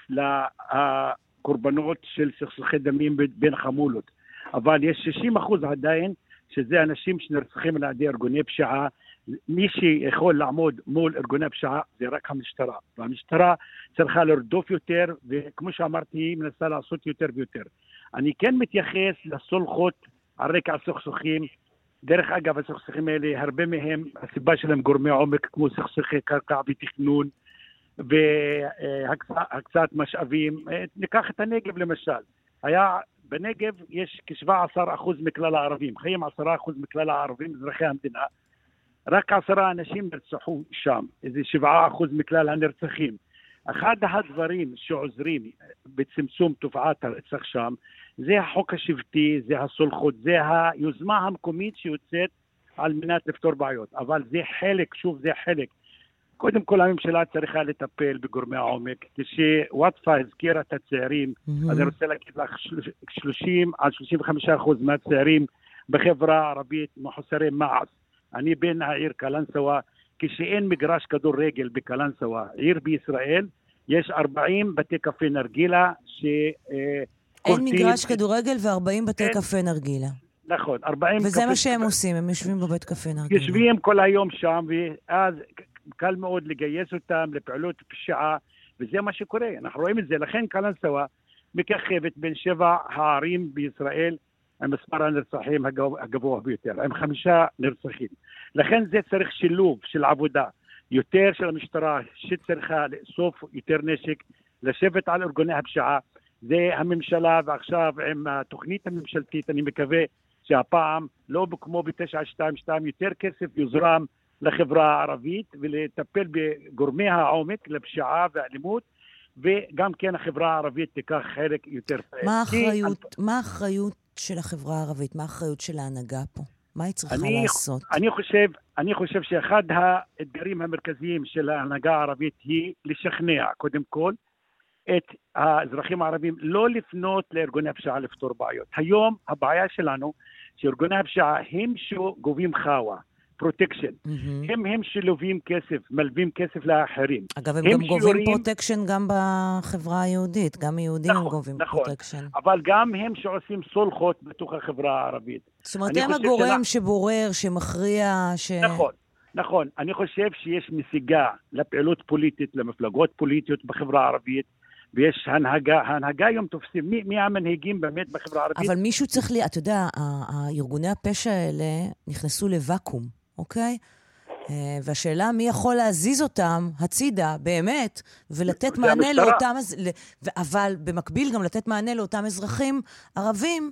לקורבנות של סכסוכי דמים בין חמולות. אבל יש שישים אחוז עדיין שזה אנשים שנרצחים על ידי ארגוני פשיעה. מי שיכול לעמוד מול ארגוני פשיעה זה רק המשטרה. והמשטרה צריכה לרדוף יותר, וכמו שאמרתי, היא מנסה לעשות יותר ויותר. אני כן מתייחס לסולחות על רקע הסכסוכים. דרך אגב, הסכסוכים האלה, הרבה מהם, הסיבה שלהם גורמי עומק, כמו סכסוכי קרקע ותכנון, והקצאת משאבים. ניקח את הנגב למשל. היה... בנגב יש כ-שבעה עשר אחוז מכלל הערבים, חיים עשרה אחוז מכלל הערבים, אזרחי המדינה. רק עשרה אנשים נרצחו שם, איזה שבעה אחוז מכלל הנרצחים. אחד הדברים שעוזרים בצמצום תופעת הרצח שם, זה החוק השבטי, זה הסולחות, זה היוזמה המקומית שיוצאת על מנת לפתור בעיות. אבל זה חלק, שוב זה חלק. קודם כל הממשלה צריכה לטפל בגורמי העומק. כשוואטפה הזכירה את הצעירים, mm-hmm. אז אני רוצה להגיד לך שלושים עד שלושים וחמישה אחוז מהצעירים בחברה הערבית מחוסרי מעש. אני בן העיר קלנסווה, כשאין מגרש כדורגל בקלנסווה, עיר בישראל, יש ארבעים בתי קפה נרגילה ש... אין מגרש כדורגל ו-ארבעים בתי אין... קפה נרגילה. נכון, ארבעים וזה קפה... מה שהם עושים, הם יושבים בבית קפה נרגילה. יושבים כל היום שם, ואז... קל מאוד לגייס אותם לפעילות פשיעה, וזה מה שקורה. אנחנו רואים את זה. לכן קלנסווה מככבת בין שבע הערים בישראל, עם מספר הנרצחים הגבוה ביותר, עם חמישה נרצחים. לכן זה צריך שילוב של עבודה, יותר של המשטרה שצריכה לאסוף יותר נשק, לשבת על ארגוני הפשיעה. זה הממשלה, ועכשיו עם התוכנית הממשלתית, אני מקווה שהפעם, לא כמו ב-תשע שתיים שתיים, יותר כסף יוזרם לחברה הערבית, ולטפל בגורמי העומק לפשיעה ואלימות, וגם כן החברה הערבית תיקח חלק יותר פעיל. מה האחריות, מה האחריות של החברה הערבית? מה האחריות של ההנהגה פה? מה היא צריכה אני, לעשות? אני חושב, אני חושב שאחד האתגרים המרכזיים של ההנהגה הערבית היא לשכנע, קודם כל, את האזרחים הערבים לא לפנות לארגוני הפשיעה לפתור בעיות. היום הבעיה שלנו, שארגוני הפשיעה הם שגובים חווה, פרוטקשן. Mm-hmm. הם הם שלובים כסף, מלווים כסף לאחרים. אגב, הם, הם גם שיורים... גובים פרוטקשן גם בחברה היהודית, גם יהודים נכון, הם גובים נכון. פרוטקשן. אבל גם הם שעושים סולחות בתוך החברה הערבית. זאת אומרת, הם הגורם שלה... שבורר, שמכריע, ש... נכון, נכון. אני חושב שיש משיגה לפעילות פוליטית, למפלגות פוליטיות בחברה הערבית, ויש הנהגה, ההנהגה היום תופסים, מי, מי המנהיגים באמת בחברה הערבית? אבל מישהו צריך לי, אתה יודע, הארגוני הפשע האלה נכנסו לוואקום. אוקיי? והשאלה מי יכול להזיז אותם הצידה באמת, ולתת מענה לאותם, אבל במקביל גם לתת מענה לאותם אזרחים ערבים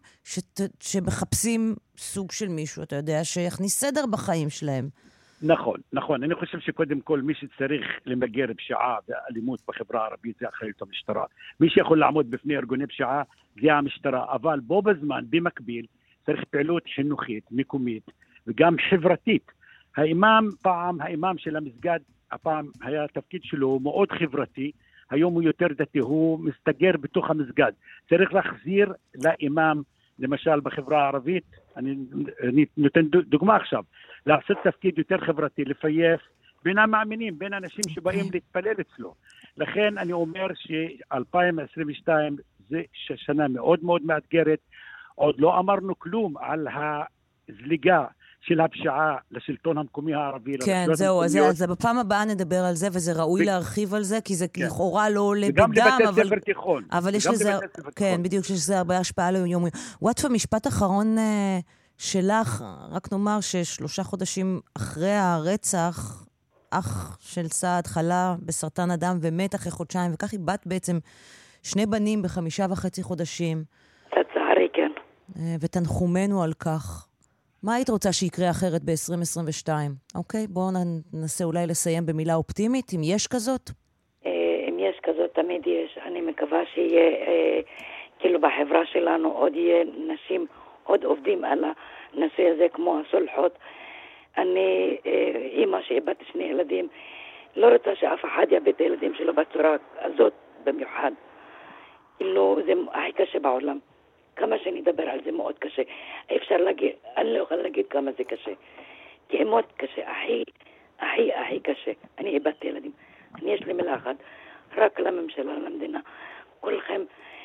שמחפשים סוג של מישהו, אתה יודע, שיכניס סדר בחיים שלהם. נכון, נכון. אני חושב שקודם כל מי שצריך למגר פשיעה ואלימות בחברה הערבית זה אחריות המשטרה. מי שיכול לעמוד בפני ארגוני פשיעה זה המשטרה, אבל בו בזמן, במקביל, צריך פעילות חינוכית, מקומית, וגם חברתית. האימאם פעם, האימאם של המסגד, הפעם היה התפקיד שלו מאוד חברתי, היום הוא יותר דתי, הוא מסתגר בתוך המסגד. צריך להחזיר לאימאם, למשל בחברה הערבית, אני, אני נותן דוגמה עכשיו, לעשות תפקיד יותר חברתי, לפייף בין המאמינים, בין אנשים שבאים להתפלל אצלו. לכן אני אומר ש-אלפיים עשרים ושתיים זה שנה מאוד מאוד מאתגרת, עוד לא אמרנו כלום על הזליגה של הפשיעה לשלטון המקומי הערבי. כן, זהו, אז, אז בפעם הבאה נדבר על זה, וזה ראוי ו... להרחיב על זה, כי זה כן. לכאורה לא עולה בדם, וגם לבתי אבל... ספר תיכון. אבל יש לזה, כן, בדיוק, שיש לזה הרבה השפעה ליום. וואטפה, משפט אחרון uh, שלך, רק נאמר ששלושה חודשים אחרי הרצח, אח של סעד חלה בסרטן הדם ומת אחרי חודשיים, וכך היא בת בעצם שני בנים בחמישה וחצי חודשים. לצערי, כן. Uh, ותנחומנו על כך. מה היית רוצה שיקרה אחרת ב-עשרים עשרים ושתיים? אוקיי, בואו ננסה אולי לסיים במילה אופטימית, אם יש כזאת? אם יש כזאת, תמיד יש. אני מקווה שיהיה, כאילו בחברה שלנו, עוד יהיה נשים, עוד עובדים על הנושא הזה, כמו הסולחות. אני, אימא שאיבדת שני ילדים, לא רוצה שאף אחד יאבד את הילדים שלו בצורה הזאת במיוחד. כאילו, זה הכי קשה בעולם. כמה שנדבר על זה מאוד קשה. אפשר להגיד, אני לא יכול להגיד כמה זה קשה. כי מאוד קשה, הכי, הכי, הכי קשה. אני איבדתי ילדים. אני יש לי מילה אחת, רק לממשלה, למדינה. כולכם,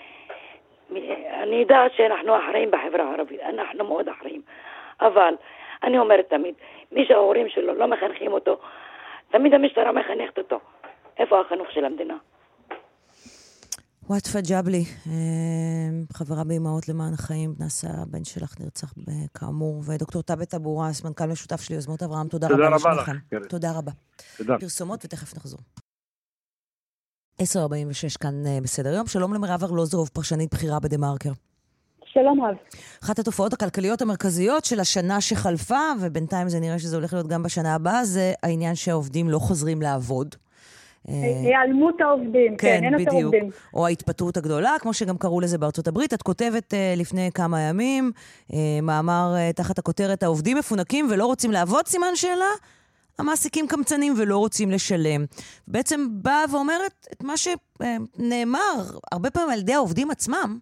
אני יודע שאנחנו אחראים בחברה הערבית, אנחנו מאוד אחראים. אבל אני אומרת תמיד, מי שההורים שלו לא מחנכים אותו, תמיד המשטרה מחנכת אותו. איפה החינוך של המדינה? וואטפה ג'אבלי, חברה באימהות למען החיים, נעשה הבן שלך נרצח כאמור, ודוקטור טאבט אבו ראס, מנכ"ל משותף של יוזמות אברהם, תודה רבה לשניכם. תודה רבה. פרסומות ותכף נחזור. עשר ארבעים ושש כאן בסדר יום, שלום למירב ארלוזורוב, פרשנית בכירה בדה-מרקר. שלום רב. אחת התופעות הכלכליות המרכזיות של השנה שחלפה, ובינתיים זה נראה שזה הולך להיות גם בשנה הבאה, זה העניין שהעובדים לא חוזרים לעבוד. העלמות העובדים, כן, אין את העובדים. או ההתפטרות הגדולה, כמו שגם קראו לזה בארצות הברית. את כותבת לפני כמה ימים, מאמר תחת הכותרת, העובדים מפונקים ולא רוצים לעבוד, סימן שאלה, המעסיקים קמצנים ולא רוצים לשלם. בעצם באה ואומרת את מה שנאמר הרבה פעמים על ידי העובדים עצמם,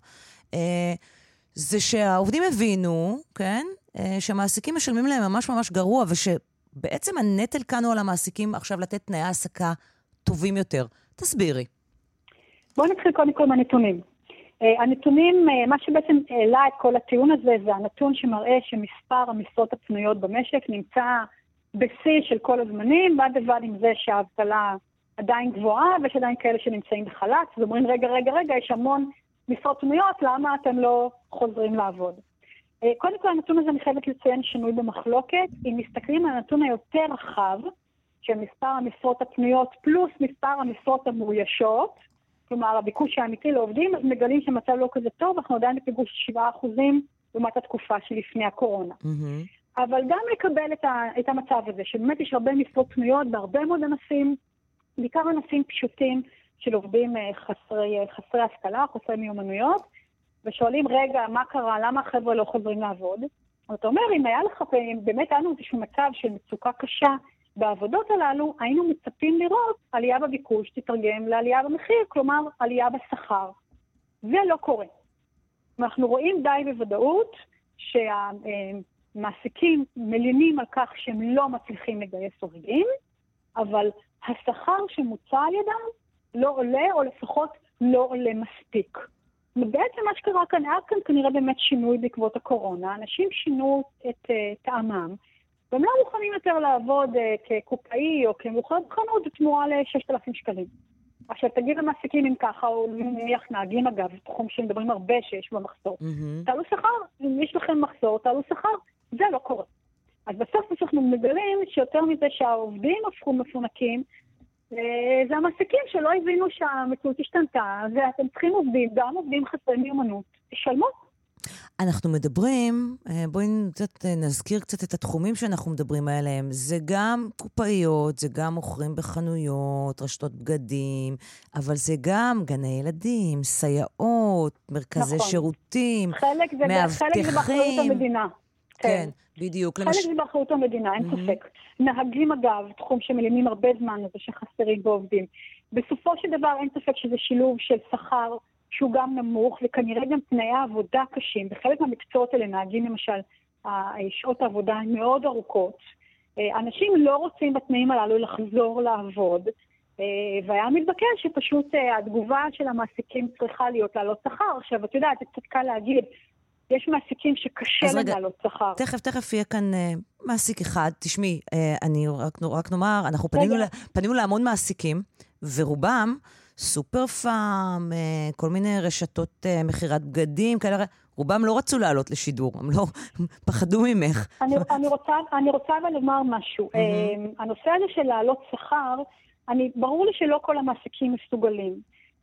זה שהעובדים הבינו, כן, שהמעסיקים משלמים להם ממש ממש גרוע, ושבעצם הנטל כאן הוא על המעסיקים עכשיו לתת תנאי העסקה טובים יותר. תסבירי. בואו נתחיל קודם כל מהנתונים. Uh, הנתונים, uh, מה שבעצם העלה את כל הטיעון הזה, זה הנתון שמראה שמספר המשרות הפנויות במשק נמצא בשיא של כל הזמנים, ועד לבד עם זה שהאבטלה עדיין גבוהה, ויש עדיין כאלה שנמצאים בחל"ת, ואומרים רגע, רגע, רגע, יש המון משרות פנויות, למה אתם לא חוזרים לעבוד? Uh, קודם כל הנתון הזה אני חייבת לציין שינוי במחלוקת, אם מסתכלים על הנתון היותר רחב, של מספר המשרות הפנויות פלוס מספר המשרות המאוישות, כלומר הביקוש האמיתי לעובדים, אז מגלים שמצב לא כזה טוב, אנחנו עדיין בפיגור של שבעה אחוזים לעומת התקופה שלפני הקורונה. Mm-hmm. אבל גם לקבל את, ה, את המצב הזה, שבאמת יש הרבה משרות פנויות בהרבה מאוד ענפים, בעיקר ענפים פשוטים של עובדים חסרי, חסרי השכלה, חסרי מיומנויות, ושואלים רגע מה קרה, למה החבר'ה לא חוזרים לעבוד? זאת אומרת, אם היה לך, באמת היה לנו איזשהו מצב של מצוקה קשה, בעבודות הללו היינו מצפים לראות עלייה בביקוש תתרגם לעלייה במחיר, כלומר עלייה בשכר. זה לא קורה. אנחנו רואים די בוודאות שהמעסיקים מלינים על כך שהם לא מצליחים לגייס עובדים, אבל השכר שמוצע על ידם לא עולה, או לפחות לא עולה מספיק. ובעצם מה שקרה כאן, היה כאן כנראה באמת שינוי בעקבות הקורונה. אנשים שינו את טעמם, והם לא מוכנים יותר לעבוד uh, כקופאי או כמוכרת בחנות בתמורה ל-ששת אלפים שקלים. עכשיו תגיד למעסיקים אם ככה, או נניח נהגים אגב, תחום שמדברים הרבה שיש במחסור. Mm-hmm. תעלו שכר, אם יש לכם מחסור, תעלו שכר, זה לא קורה. אז בסוף אנחנו מגלים שיותר מזה שהעובדים הפכו מפונקים, זה המעסיקים שלא הבינו שהמציאות השתנתה, ואתם צריכים עובדים, גם עובדים חסרי מיומנות, תשלמו. אנחנו מדברים, בואי נזכיר קצת את התחומים שאנחנו מדברים עליהם. זה גם קופאיות, זה גם מוכרים בחנויות, רשתות בגדים, אבל זה גם גני ילדים, סייעות, מרכזי נכון. שירותים, חלק זה, מאבטחים. חלק זה באחריות המדינה. כן, כן בדיוק. חלק למש... זה באחריות המדינה, אין mm-hmm. ספק. נהגים אגב, תחום שמלימים הרבה זמן, זה שחסרים ועובדים. בסופו של דבר אין ספק שזה שילוב של שכר, שהוא גם נמוך, וכנראה גם תנאי העבודה קשים. בחלק מהמקצועות האלה, נהגים למשל, שעות העבודה הן מאוד ארוכות. אנשים לא רוצים בתנאים הללו לחזור לעבוד, והיה מתבקש שפשוט התגובה של המעסיקים צריכה להיות לעלות שכר. עכשיו, את יודעת, זה קצת קל להגיד, יש מעסיקים שקשה להם לעלות שכר. תכף, תכף יהיה כאן uh, מעסיק אחד. תשמעי, uh, אני רק, רק נאמר, אנחנו פנינו, לה, פנינו להמון מעסיקים, ורובם סופר פארם, uh, כל מיני רשתות uh, מחירת בגדים, כאלה, רובם לא רצו לעלות לשידור, הם לא פחדו ממך. אני, אני רוצה, אני רוצה אבל לומר משהו. Mm-hmm. Uh, הנושא הזה של לעלות שכר, אני, ברור לי שלא כל המעסיקים מסוגלים.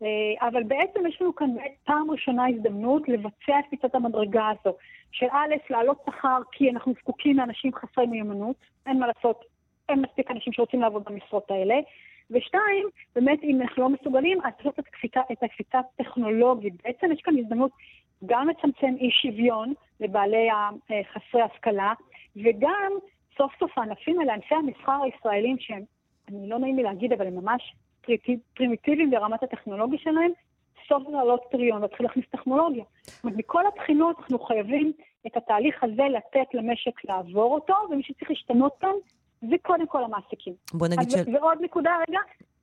אבל בעצם יש לנו כאן פעם ראשונה הזדמנות לבצע את פיצת המדרגה הזו, של א', לעלות שכר כי אנחנו זקוקים לאנשים חסרי מיומנות, אין מה לעשות, אין מספיק אנשים שרוצים לעבוד במשרות האלה, ושתיים, באמת אם אנחנו לא מסוגלים, אז לעשות את הקפיצה הטכנולוגית. בעצם יש כאן הזדמנות גם לצמצם אי שוויון לבעלי חסרי השכלה, וגם סוף סוף הענפים האלה, ענפי המסחר הישראלים שהם, אני לא נעים לי להגיד, אבל הם ממש פרימיטיביים ברמת הטכנולוגיה שלהם, סוף לעלות טריון, להתחיל להכניס טכנולוגיה. זאת אומרת, מכל הבחינות אנחנו חייבים את התהליך הזה לתת למשק לעבור אותו, ומי שצריך להשתנות כאן, זה קודם כל המעסיקים. בוא נגיד של... ועוד נקודה רגע,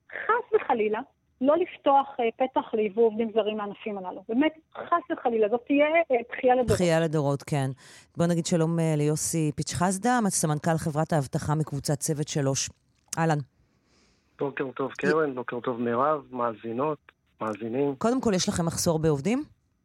חס וחלילה, לא לפתוח פתח ליבוא עובדים זרים לענפים הללו. באמת, חס וחלילה, זאת תהיה בחייה לדורות. בחייה לדורות, כן. בוא נגיד שלום ליוסי פיצ'חסדה, סמנכ"ל חברת האבטחה מקבוצת צוות שלוש. אהלן. בוקר טוב קרן, בוקר טוב מירב, מאזינות, מאזינים. קודם כל, יש לכם מחסור בעובדים?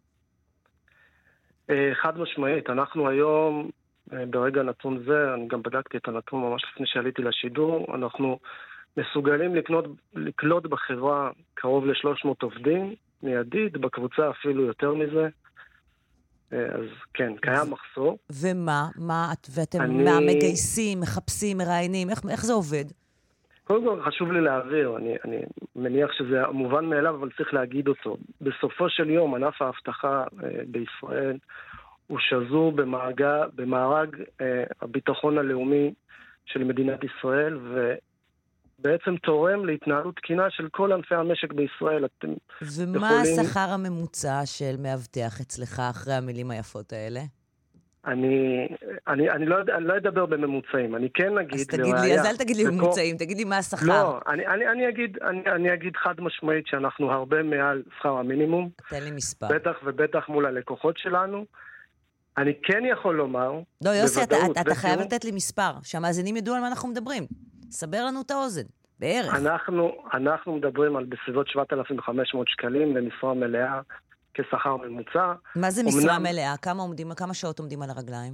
חד משמעית, אנחנו היום, ברגע נתון זה, אני גם בדקתי את הנתון ממש לפני שעליתי לשידור, אנחנו מסוגלים לקנות, לקלוט בחברה קרוב ל-שלוש מאות עובדים, מיידית, בקבוצה אפילו יותר מזה. אז כן, קיים מחסור. ומה? מה? ואתם אני... מה, מגייסים, מחפשים, מראיינים? איך, איך זה עובד? קודם כל חשוב לי להעביר, אני, אני מניח שזה מובן מאליו, אבל צריך להגיד אותו. בסופו של יום, ענף האבטחה אה, בישראל הוא שזור במאגר, במארג אה, הביטחון הלאומי של מדינת ישראל, ובעצם תורם להתנהלות תקינה של כל ענפי המשק בישראל. אתם ומה יכולים... השכר הממוצע של מאבטח אצלך אחרי המילים היפות האלה? אני, אני, אני, לא, אני לא אדבר בממוצעים, אני כן אגיד... אז תגיד לי, אז אל תגיד לי ממוצעים, תגיד לי מה השכר. לא, אני, אני, אני, אגיד, אני, אני אגיד חד משמעית שאנחנו הרבה מעל שכר המינימום. תן לי מספר. בטח ובטח מול הלקוחות שלנו. אני כן יכול לומר... לא, יוסי, אתה, אתה, אתה חייב לתת לי מספר, שהמאזינים ידעו על מה אנחנו מדברים. סבר לנו את האוזן, בערך. אנחנו, אנחנו מדברים על בסביבות שבעת אלפים וחמש מאות שקלים למשרה מלאה, כשכר ממוצע. מה זה משרה אומנם... מלאה? כמה עומדים, כמה שעות עומדים על הרגליים?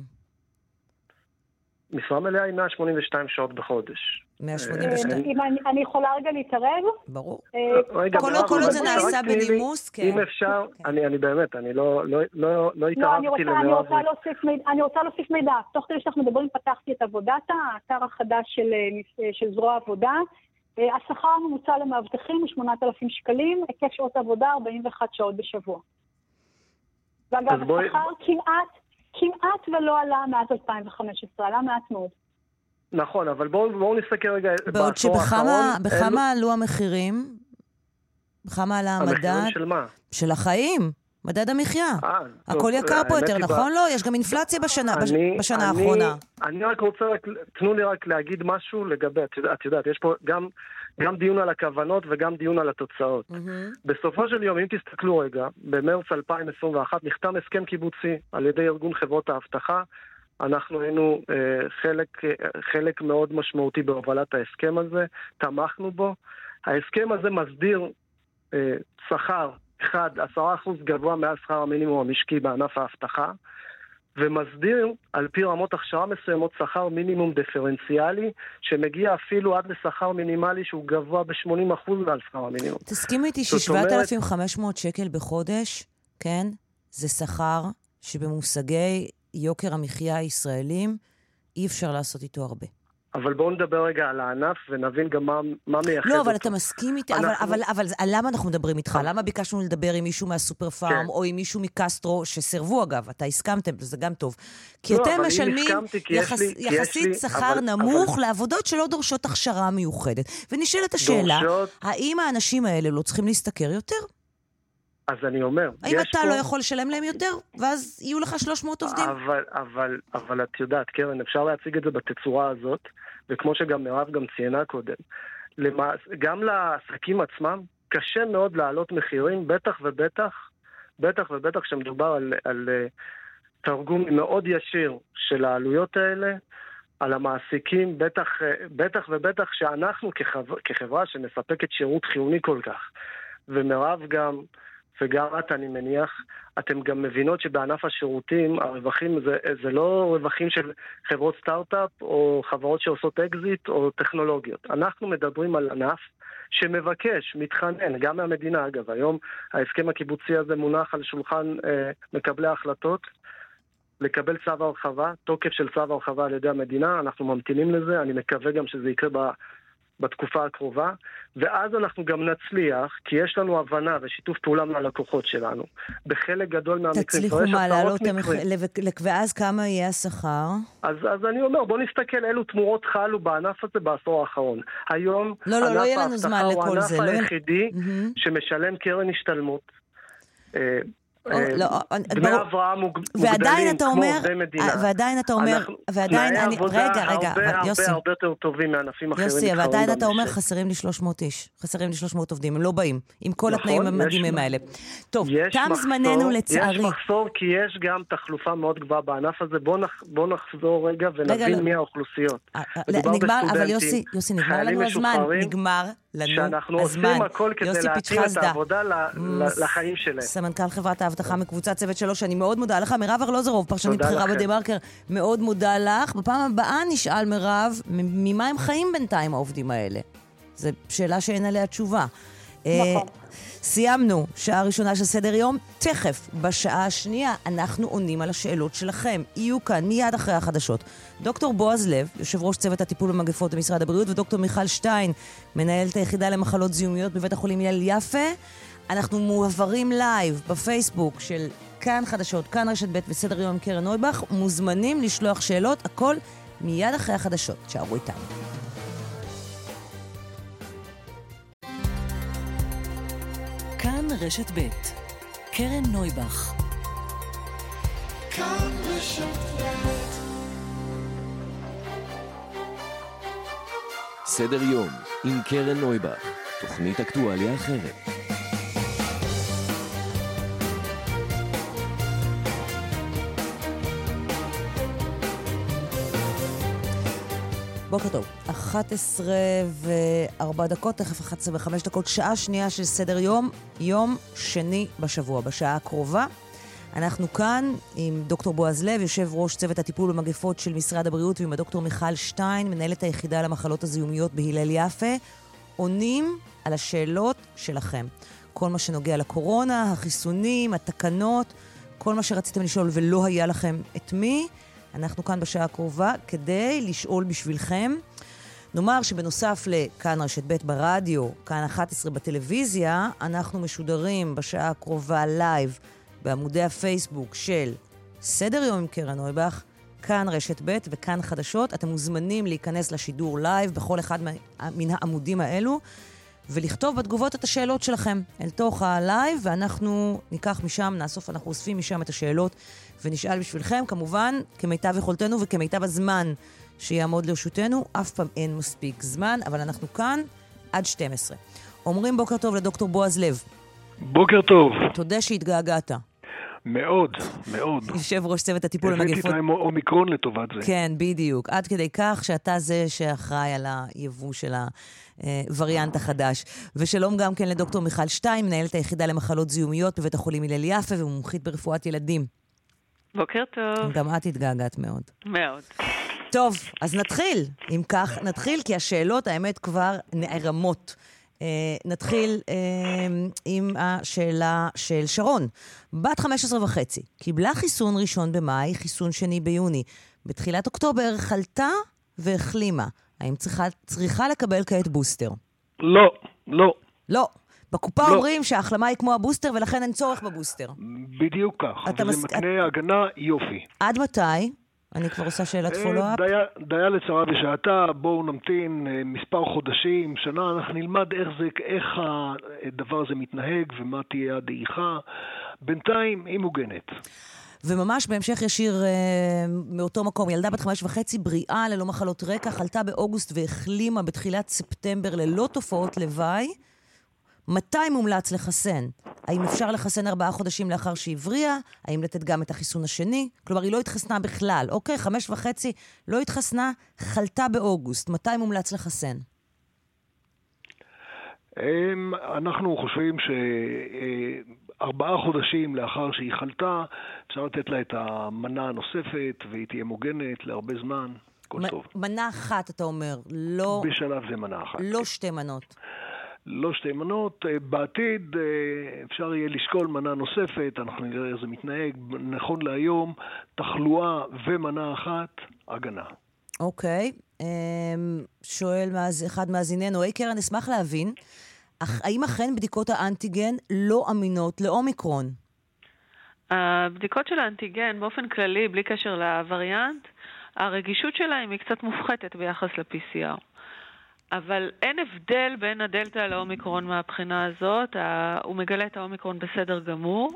משרה מלאה היא מאה שמונים ושתיים שעות בחודש. מאה שמונים ושתיים. אם אני, אני יכולה רגע להתערב? ברור. רגע, כל עוד זה נעשה בנימוס, כן. אם אפשר, אני, אני באמת, אני לא, לא, לא, לא התערבתי למאוד. אני רוצה להוסיף מידע. תוך כדי שאנחנו מדברים, פתחתי את עבודתה, האתר החדש של, של זרוע העבודה. השכר הממוצע למאבטחים הוא שמונת אלפים שקלים, היקף שעות עבודה ארבעים ואחת שעות בשבוע. ואגב, בואי... השכר כמעט, כמעט ולא עלה מאז אלפיים וחמש עשרה, עלה מעט מאוד. נכון, אבל בואו בוא נסתכל רגע בעוד שבכמה עלו המחירים? בכמה עלה המדד? המחירים של מה? של החיים. מדד המחיה. הכל יקר פה יותר, נכון? לא, יש גם אינפלציה בשנה האחרונה. אני רק רוצה, תנו לי רק להגיד משהו לגבי, את יודעת, יש פה גם דיון על הכוונות וגם דיון על התוצאות. בסופו של יום, אם תסתכלו רגע, במרץ אלפיים עשרים ואחת נחתם הסכם קיבוצי על ידי ארגון חברות האבטחה. אנחנו היינו חלק מאוד משמעותי בהובלת ההסכם הזה, תמכנו בו. ההסכם הזה מסדיר שכר אחד, עשרה אחוז גבוה מעל שכר המינימום המשקי בענף האבטחה, ומסדיר על פי רמות הכשרה מסוימות שכר מינימום דיפרנציאלי, שמגיע אפילו עד לשכר מינימלי שהוא גבוה ב-שמונים אחוז מעל שכר המינימום. תסכים איתי ש-שבעת אלפים וחמש מאות שקל בחודש, כן, זה שכר שבמושגי יוקר המחיה הישראלים אי אפשר לעשות איתו הרבה. אבל בואו נדבר רגע על הענף ונבין גם מה, מה מייחד לא, אותו. אבל אתה מסכים איתי, אנחנו... אבל, אבל, אבל למה אנחנו מדברים איתך? למה ביקשנו לדבר עם מישהו מהסופר פארם, כן. או עם מישהו מקסטרו, שסרבו אגב, אתה הסכמתם, זה גם טוב. כי לא, אתם משלמים יחס, לי, יחסית שכר אבל, נמוך אבל... לעבודות שלא דורשות הכשרה מיוחדת. ונשאלת השאלה, דורשות... האם האנשים האלה לא צריכים להסתכר יותר? אז אני אומר, האם אתה פה... לא יכול לשלם להם יותר, ואז יהיו לך שלוש מאות עובדים? אבל, אבל, אבל את יודעת, קרן, אפשר להציג את זה בתצורה הזאת, וכמו שגם מירב גם ציינה קודם, למעש, גם לעסקים עצמם, קשה מאוד לעלות מחירים, בטח ובטח, בטח ובטח שמדובר על, על תרגום מאוד ישיר של העלויות האלה, על המעסיקים, בטח, בטח ובטח שאנחנו כחברה, כחברה שמספקת שירות חיוני כל כך, ומירב גם... וגם את, אני מניח, אתם גם מבינות שבענף השירותים, הרווחים זה, זה לא רווחים של חברות סטארט-אפ או חברות שעושות אקזיט או טכנולוגיות. אנחנו מדברים על ענף שמבקש, מתחנן, גם מהמדינה אגב. היום ההסכם הקיבוצי הזה מונח על שולחן אה, מקבלי ההחלטות, לקבל צו הרחבה, תוקף של צו הרחבה על ידי המדינה, אנחנו ממתינים לזה, אני מקווה גם שזה יקרה ב... בתקופה הקרובה, ואז אנחנו גם נצליח, כי יש לנו הבנה ושיתוף פעולה מהלקוחות שלנו. בחלק גדול מהמקרים... תצליחו מה, לעלות המחיר, ואז כמה יהיה השכר? אז, אז אני אומר, בוא נסתכל אילו תמורות חלו בענף הזה בעשור האחרון. היום, לא, לא, לא יהיה לנו זמן לכל זה. הוא הענף היחידי שמשלם קרן השתלמות. דמי הבראה מוגדלים כמו עובדי מדינה. ועדיין אתה אומר, ועדיין אני, רגע, רגע, יוסי. הרבה הרבה יותר טובים מענפים אחרים. יוסי, ועדיין אתה אומר, חסרים לי שלוש מאות איש, חסרים לי שלוש מאות עובדים, הם לא באים, עם כל התנאים המדהימים האלה. טוב, תם זמננו לצערי. יש מחסור כי יש גם תחלופה מאוד גבוהה בענף הזה, בוא נחזור רגע ונבין מי האוכלוסיות. נגמר, אבל יוסי, יוסי, נגמר לנו הזמן, נגמר לנו שאנחנו עושים הכל כדי להתאים את העבודה לחיים שלהם. סמנכ"ל חברת האבטחה מקבוצת צוות שלוש, אני מאוד מודה לך. מירב ארלוזורוב, פרשנית בכירה בדה-מרקר, מאוד מודה לך. בפעם הבאה נשאל מירב, ממה הם חיים בינתיים העובדים האלה? זו שאלה שאין עליה תשובה. נכון. סיימנו, שעה ראשונה של סדר יום. תכף, בשעה השנייה, אנחנו עונים על השאלות שלכם. יהיו כאן מיד אחרי החדשות. דוקטור בועז לב, יושב ראש צוות הטיפול במגפות במשרד הבריאות, ודוקטור מיכל שטיין, מנהלת היחידה למחלות זיהומיות בבית החולים הלל יפה. אנחנו מועברים לייב בפייסבוק של כאן חדשות, כאן רשת ב' וסדר יום עם קרן נויבך. מוזמנים לשלוח שאלות, הכל מיד אחרי החדשות. תשארו איתנו. כאן רשת ב' קרן נויבך. כאן רשת ב'. סדר יום עם קרן נויבך, תוכנית אקטואליה אחרת. בוקר טוב, אחת עשרה וארבע דקות, תכף אחת עשרה וחמש דקות, שעה שנייה של סדר יום, יום שני בשבוע, בשעה הקרובה. אנחנו כאן עם דוקטור בועז לב, יושב ראש צוות הטיפול במגפות של משרד הבריאות, ועם הדוקטור מיכל שטיין, מנהלת היחידה למחלות הזיהומיות בהלל יפה, עונים על השאלות שלכם. כל מה שנוגע לקורונה, החיסונים, התקנות, כל מה שרציתם לשאול ולא היה לכם את מי, אנחנו כאן בשעה הקרובה כדי לשאול בשבילכם. נאמר שבנוסף לכאן רשת ב' ברדיו, כאן אחת עשרה בטלוויזיה, אנחנו משודרים בשעה הקרובה לייב בעמודי הפייסבוק של סדר יום עם קרן נויבך, כאן רשת ב' וכאן חדשות. אתם מוזמנים להיכנס לשידור לייב בכל אחד מן העמודים האלו, ולכתוב בתגובות את השאלות שלכם אל תוך הלייב, ואנחנו ניקח משם, נאסוף, אנחנו אוספים משם את השאלות, ונשאל בשבילכם, כמובן, כמיטב יכולתנו וכמיטב הזמן שיעמוד לרשותנו. אף פעם אין מספיק זמן, אבל אנחנו כאן עד שתים עשרה. אומרים בוקר טוב לדוקטור בועז לב. בוקר טוב. תודה שהתגעגעת. מאוד, מאוד. יושב ראש צוות הטיפול המגפות. הבאתי את האומיקרון לטובת זה. כן, בדיוק. עד כדי כך שאתה זה שאחראי על היבוא של הווריאנט החדש. ושלום גם כן לדוקטור מיכל שטיין, מנהלת היחידה למחלות זיהומיות בבית החולים הלל יפה ומומחית ברפואת ילדים. בוקר טוב. גם את התגעגעת מאוד. מאוד. טוב, אז נתחיל. אם כך, נתחיל, כי השאלות, האמת, כבר נערמות נתחיל עם השאלה של שרון. בת חמש עשרה וחצי, קיבלה חיסון ראשון במאי, חיסון שני ביוני. בתחילת אוקטובר חלתה והחלימה. האם צריכה, צריכה לקבל כעת בוסטר? לא, לא. לא. בקופה לא. אומרים שההחלמה היא כמו הבוסטר ולכן אין צורך בבוסטר. בדיוק כך. וזה מס... מקנה את... הגנה יופי. עד מתי? אני כבר עושה שאלת פולו-אפ. דיה, דיה לצרה בשעתה, בואו נמתין מספר חודשים, שנה, אנחנו נלמד איך, זה, איך הדבר הזה מתנהג ומה תהיה הדעיכה. בינתיים היא מוגנת. וממש בהמשך ישיר אה, מאותו מקום, ילדה בת חמש וחצי, בריאה ללא מחלות רקע, חלתה באוגוסט והחלימה בתחילת ספטמבר ללא תופעות לוואי. מתי מומלץ לחסן? האם אפשר לחסן ארבעה חודשים לאחר שהבריאה? האם לתת גם את החיסון השני? כלומר, היא לא התחסנה בכלל. אוקיי, חמש וחצי לא התחסנה, חלתה באוגוסט. מתי מומלץ לחסן? אנחנו חושבים שארבעה חודשים לאחר שהיא חלתה, אפשר לתת לה את המנה הנוספת, והיא תהיה מוגנת להרבה זמן. כל טוב. מנה אחת, אתה אומר, לא... בשלב זה מנה אחת. לא שתי מנות. לא שתי מנות. בעתיד אפשר יהיה לשקול מנה נוספת, אנחנו נראה איך זה מתנהג. נכון להיום, תחלואה ומנה אחת, הגנה. אוקיי. שואל אחד מאזיננו, היי קרן, אשמח להבין, האם אכן בדיקות האנטיגן לא אמינות לאומיקרון? הבדיקות של האנטיגן באופן כללי, בלי קשר לווריאנט, הרגישות שלהם היא קצת מופחתת ביחס ל-פי סי אר. אבל אין הבדל בין הדלטה לאומיקרון מהבחינה הזאת, הוא מגלה את האומיקרון בסדר גמור.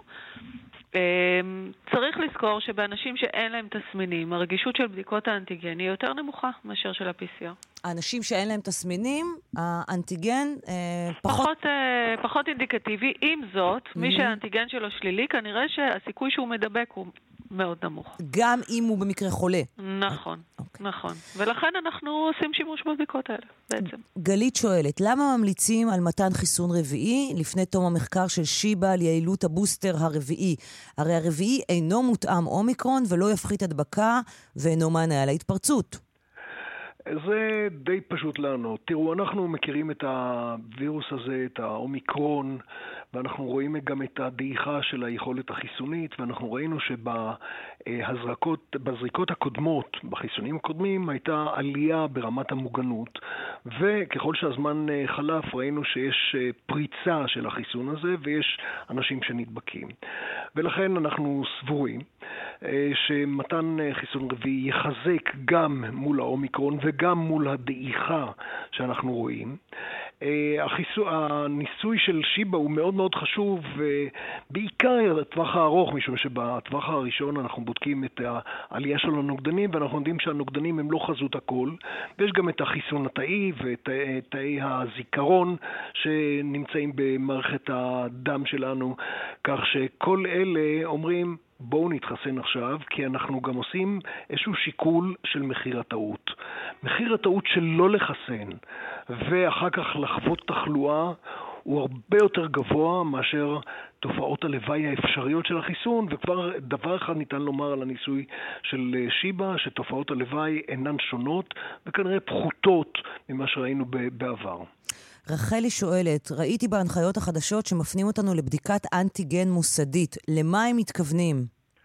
צריך לזכור שבאנשים שאין להם תסמינים, הרגישות של בדיקות האנטיגן היא יותר נמוכה מאשר של ה-פי סי אר. האנשים שאין להם תסמינים, האנטיגן פחות... פחות, פחות אינדיקטיבי. עם זאת, מי שהאנטיגן שלו שלילי, כנראה שהסיכוי שהוא מדבק הוא מאוד נמוך. גם אם הוא במקרה חולה. נכון, okay. נכון. ולכן אנחנו עושים שימוש בבדיקות האלה, בעצם. גלית שואלת, למה ממליצים על מתן חיסון רביעי לפני תום המחקר של שיבא על יעילות הבוסטר הרביעי? הרי הרביעי אינו מותאם אומיקרון ולא יפחית הדבקה ואינו מענה על ההתפרצות. זה די פשוט לענות. תראו, אנחנו מכירים את הווירוס הזה, את האומיקרון, ואנחנו רואים גם את הדעיכה של היכולת החיסונית, ואנחנו ראינו שבזריקות, בזריקות הקודמות, בחיסונים הקודמים, הייתה עלייה ברמת המוגנות, וככל שהזמן חלף ראינו שיש פריצה של החיסון הזה, ויש אנשים שנדבקים. ולכן אנחנו סבורים שמתן חיסון רביעי יחזק גם מול האומיקרון וגם מול הדעיכה שאנחנו רואים. החיסון, הניסוי של שיבא הוא מאוד מאוד חשוב, בעיקר לטווח הארוך, משום שבטווח הראשון אנחנו בודקים את העלייה של הנוגדנים, ואנחנו יודעים שהנוגדנים הם לא חזות הכל, ויש גם את החיסון התאי ואת תאי הזיכרון שנמצאים במערכת הדם שלנו, כך שכל אלה אומרים, בואו נתחסן עכשיו, כי אנחנו גם עושים איזשהו שיקול של מחיר הטעות. מחיר הטעות של לא לחסן, ואחר כך לחוות תחלואה, הוא הרבה יותר גבוה מאשר תופעות הלוואי האפשריות של החיסון, וכבר דבר אחד ניתן לומר על הניסוי של שיבא, שתופעות הלוואי אינן שונות, וכנראה פחותות ממה שראינו בעבר. רחלי שואלת, ראיתי בהנחיות החדשות שמפנים אותנו לבדיקת אנטיגן מוסדית. למה הם מתכוונים?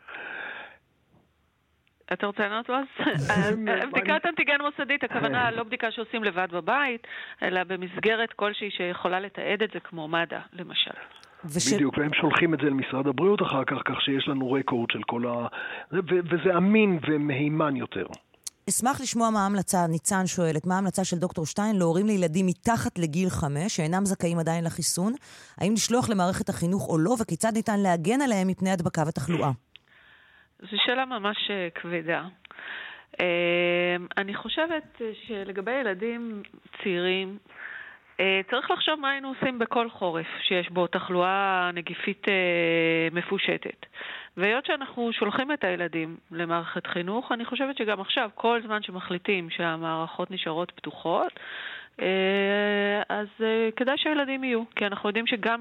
אתה רוצה לענות לו? בדיקת אנטיגן מוסדית, הכוונה לא בדיקה שעושים לבד בבית, אלא במסגרת כלשהי שיכולה לתעד את זה כמו מד"א, למשל. בדיוק, והם שולחים את זה למשרד הבריאות אחר כך, כך שיש לנו רקורד של כל ה... וזה אמין ומהימן יותר. אשמח לשמוע מה ההמלצה, ניצן שואלת, מה ההמלצה של דוקטור שטיין להורים לילדים מתחת לגיל חמש, שאינם זכאים עדיין לחיסון, האם לשלוח למערכת החינוך או לא, וכיצד ניתן להגן עליהם מפני הדבקה ותחלואה? זו שאלה ממש כבדה. אני חושבת שלגבי ילדים צעירים, צריך לחשוב מה היינו עושים בכל חורף שיש בו תחלואה נגיפית מפושטת. והיות שאנחנו שולחים את הילדים למערכת חינוך, אני חושבת שגם עכשיו, כל זמן שמחליטים שהמערכות נשארות פתוחות, אז כדאי שהילדים יהיו, כי אנחנו יודעים שגם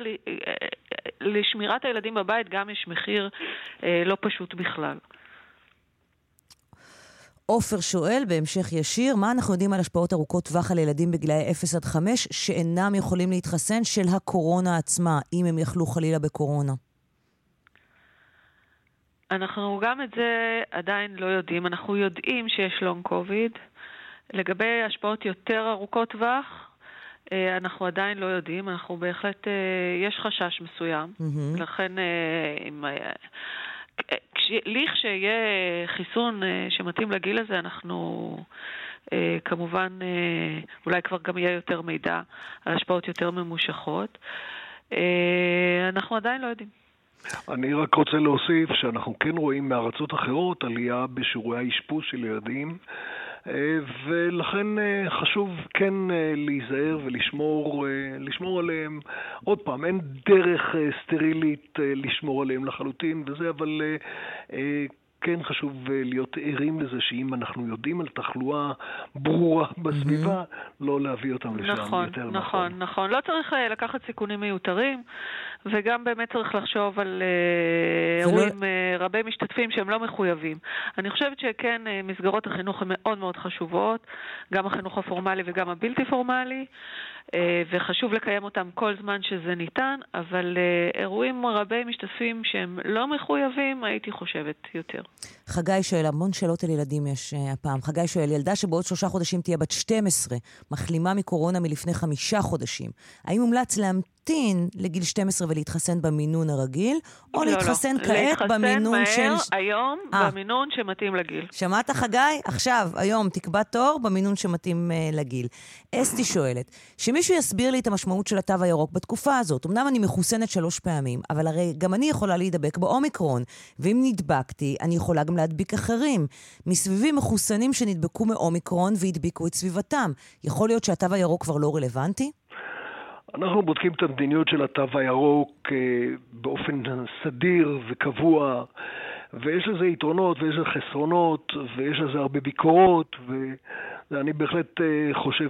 לשמירת הילדים בבית גם יש מחיר לא פשוט בכלל. עופר שואל, בהמשך ישיר, מה אנחנו יודעים על השפעות ארוכות טווח על ילדים בגילאי אפס עד חמש שאינם יכולים להתחסן של הקורונה עצמה, אם הם יחלו חלילה בקורונה? אנחנו גם את זה עדיין לא יודעים. אנחנו יודעים שיש לונג קוביד. לגבי השפעות יותר ארוכות טווח, אנחנו עדיין לא יודעים. אנחנו בהחלט, יש חשש מסוים. Mm-hmm. לכן, אם... ליך שיהיה חיסון שמתאים לגיל הזה, אנחנו כמובן אולי כבר גם יהיה יותר מידע על השפעות יותר ממושכות. אנחנו עדיין לא יודעים. אני רק רוצה להוסיף שאנחנו כן רואים מארצות אחרות עלייה בשיעורי האשפוז של ילדים, ולכן חשוב כן להיזהר ולשמור לשמור עליהם. עוד פעם, אין דרך סטרילית לשמור עליהם לחלוטין וזה, אבל כן חשוב להיות ערים לזה שאם אנחנו יודעים על תחלואה ברורה בסביבה, לא להביא אותם לשם נכון, יותר נכון. נכון. נכון, לא צריך לקחת סיכונים מיותרים, וגם באמת צריך לחשוב על אירועים רבי משתתפים שהם לא מחויבים. אני חושבת שכן, מסגרות החינוך הן מאוד מאוד חשובות, גם החינוך הפורמלי וגם הבלתי פורמלי, וחשוב לקיים אותם כל זמן שזה ניתן, אבל אירועים רבי משתתפים שהם לא מחויבים, הייתי חושבת יותר. חגי שואל, המון שאלות על ילדים יש הפעם. חגי שואל, ילדה שבעוד שלושה חודשים תהיה בת שתים עשרה, מחלימה מקורונה מלפני חמישה חודשים. האם מומלץ להמתין לגיל שתים עשרה ולהתחסן במינון הרגיל, או לא, להתחסן לא. כעת במינון להתחסן של... מהר היום 아. במינון שמתאים לגיל. שמעת חגי? עכשיו, היום, תקבע תור במינון שמתאים uh, לגיל. אסתי שואלת, שמישהו יסביר לי את המשמעות של התו הירוק בתקופה הזאת. אמנם אני מחוסנת שלוש פעמים, אבל הרי גם אני יכולה להידבק באומיקרון, ואם נדבקתי, אני יכולה גם להדביק אחרים. מסביבי מחוסנים שנדבקו מאומיקרון והדביקו את סביבתם. יכול להיות שהתו הירוק כבר לא רלוונטי? אנחנו בודקים את המדיניות של התו הירוק באופן סדיר וקבוע, ויש לזה יתרונות ויש לזה חסרונות ויש לזה הרבה ביקורות, ואני בהחלט חושב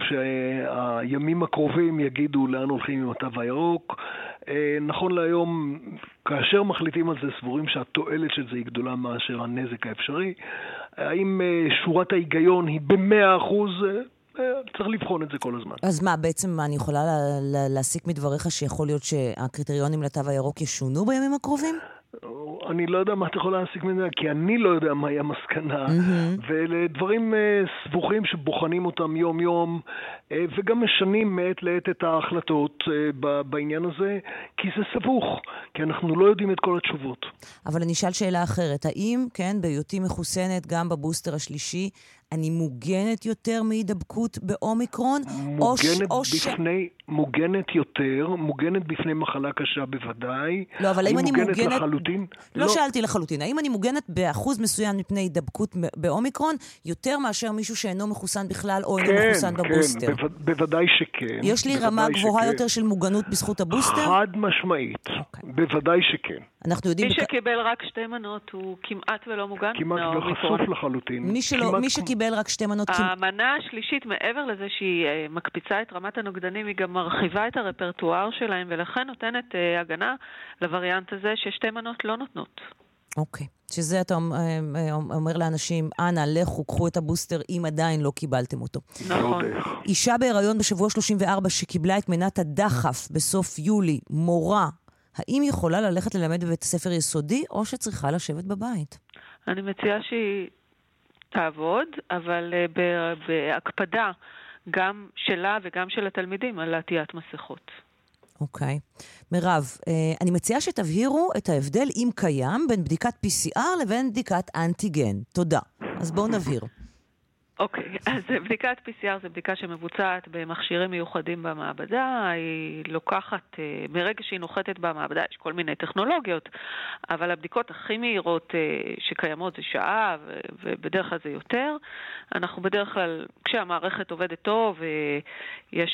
שהימים הקרובים יגידו לאן הולכים עם התו הירוק. נכון להיום, כאשר מחליטים על זה, סבורים שהתועלת של זה היא גדולה מאשר הנזק האפשרי. האם שורת ההיגיון היא במאה אחוז? צריך לבחון את זה כל הזמן. אז מה, בעצם מה, אני יכולה להסיק מדבריך שיכול להיות שהקריטריונים לתו הירוק ישונו בימים הקרובים? אני לא יודע מה אתה יכול להסיק מזה, כי אני לא יודע מהי המסקנה, ואלה דברים סבוכים שבוחנים אותם יום יום, וגם משנים מעת לעת את ההחלטות בעניין הזה, כי זה סבוך, כי אנחנו לא יודעים את כל התשובות. אבל אני אשאל שאלה אחרת, האם, כן, בהיותי מחוסנת גם בבוסטר השלישי, אני מוגנת יותר מהידבקות באומיקרון? מוגנת או ש... בפני, מוגנת יותר, מוגנת בפני מחלה קשה בוודאי. לא, אבל האם אני מוגנת... לחלוטין? לא, לא שאלתי לחלוטין. האם אני מוגנת באחוז מסוים מפני הידבקות באומיקרון, יותר מאשר מישהו שאינו מחוסן בכלל או אינו כן, מחוסן כן, בבוסטר? כן, בוודאי שכן. יש לי רמה גבוהה שכן. יותר של מוגנות בזכות הבוסטר? חד משמעית. Okay. בוודאי שכן. אנחנו יודעים... מי שקיבל רק שתי מנות הוא כמעט ולא מוגן. כמעט לא, וחשוף לחלוטין. מי, שלא, כמעט... מי שקיבל רק שתי מנות... המנה השלישית, מעבר לזה שהיא מקפיצה את רמת הנוגדנים, היא גם מרחיבה את הרפרטואר שלהם, ולכן נותנת הגנה לווריאנט הזה ששתי מנות לא נותנות. אוקיי. שזה אתה אומר לאנשים, אנא, לכו, קחו את הבוסטר אם עדיין לא קיבלתם אותו. נכון. אישה בהיריון בשבוע שלושים וארבע שקיבלה את מנת הדחף בסוף יולי, מורה, האם יכולה ללכת ללמד בבית הספר יסודי, או שצריכה לשבת בבית? אני מציעה שהיא תעבוד, אבל בהקפדה גם שלה וגם של התלמידים על עטיית מסכות. אוקיי. מירב, אני מציעה שתבהירו את ההבדל, אם קיים, בין בדיקת פי סי אר לבין בדיקת אנטיגן. תודה. אז בואו נבהיר. אוקיי, אז בדיקת פי סי אר זה בדיקה שמבוצעת במכשירים מיוחדים במעבדה, היא לוקחת, מרגע שהיא נוחתת במעבדה, יש כל מיני טכנולוגיות, אבל הבדיקות הכי מהירות שקיימות זה שעה, ובדרך כלל זה יותר. אנחנו בדרך כלל, כשהמערכת עובדת טוב, ויש...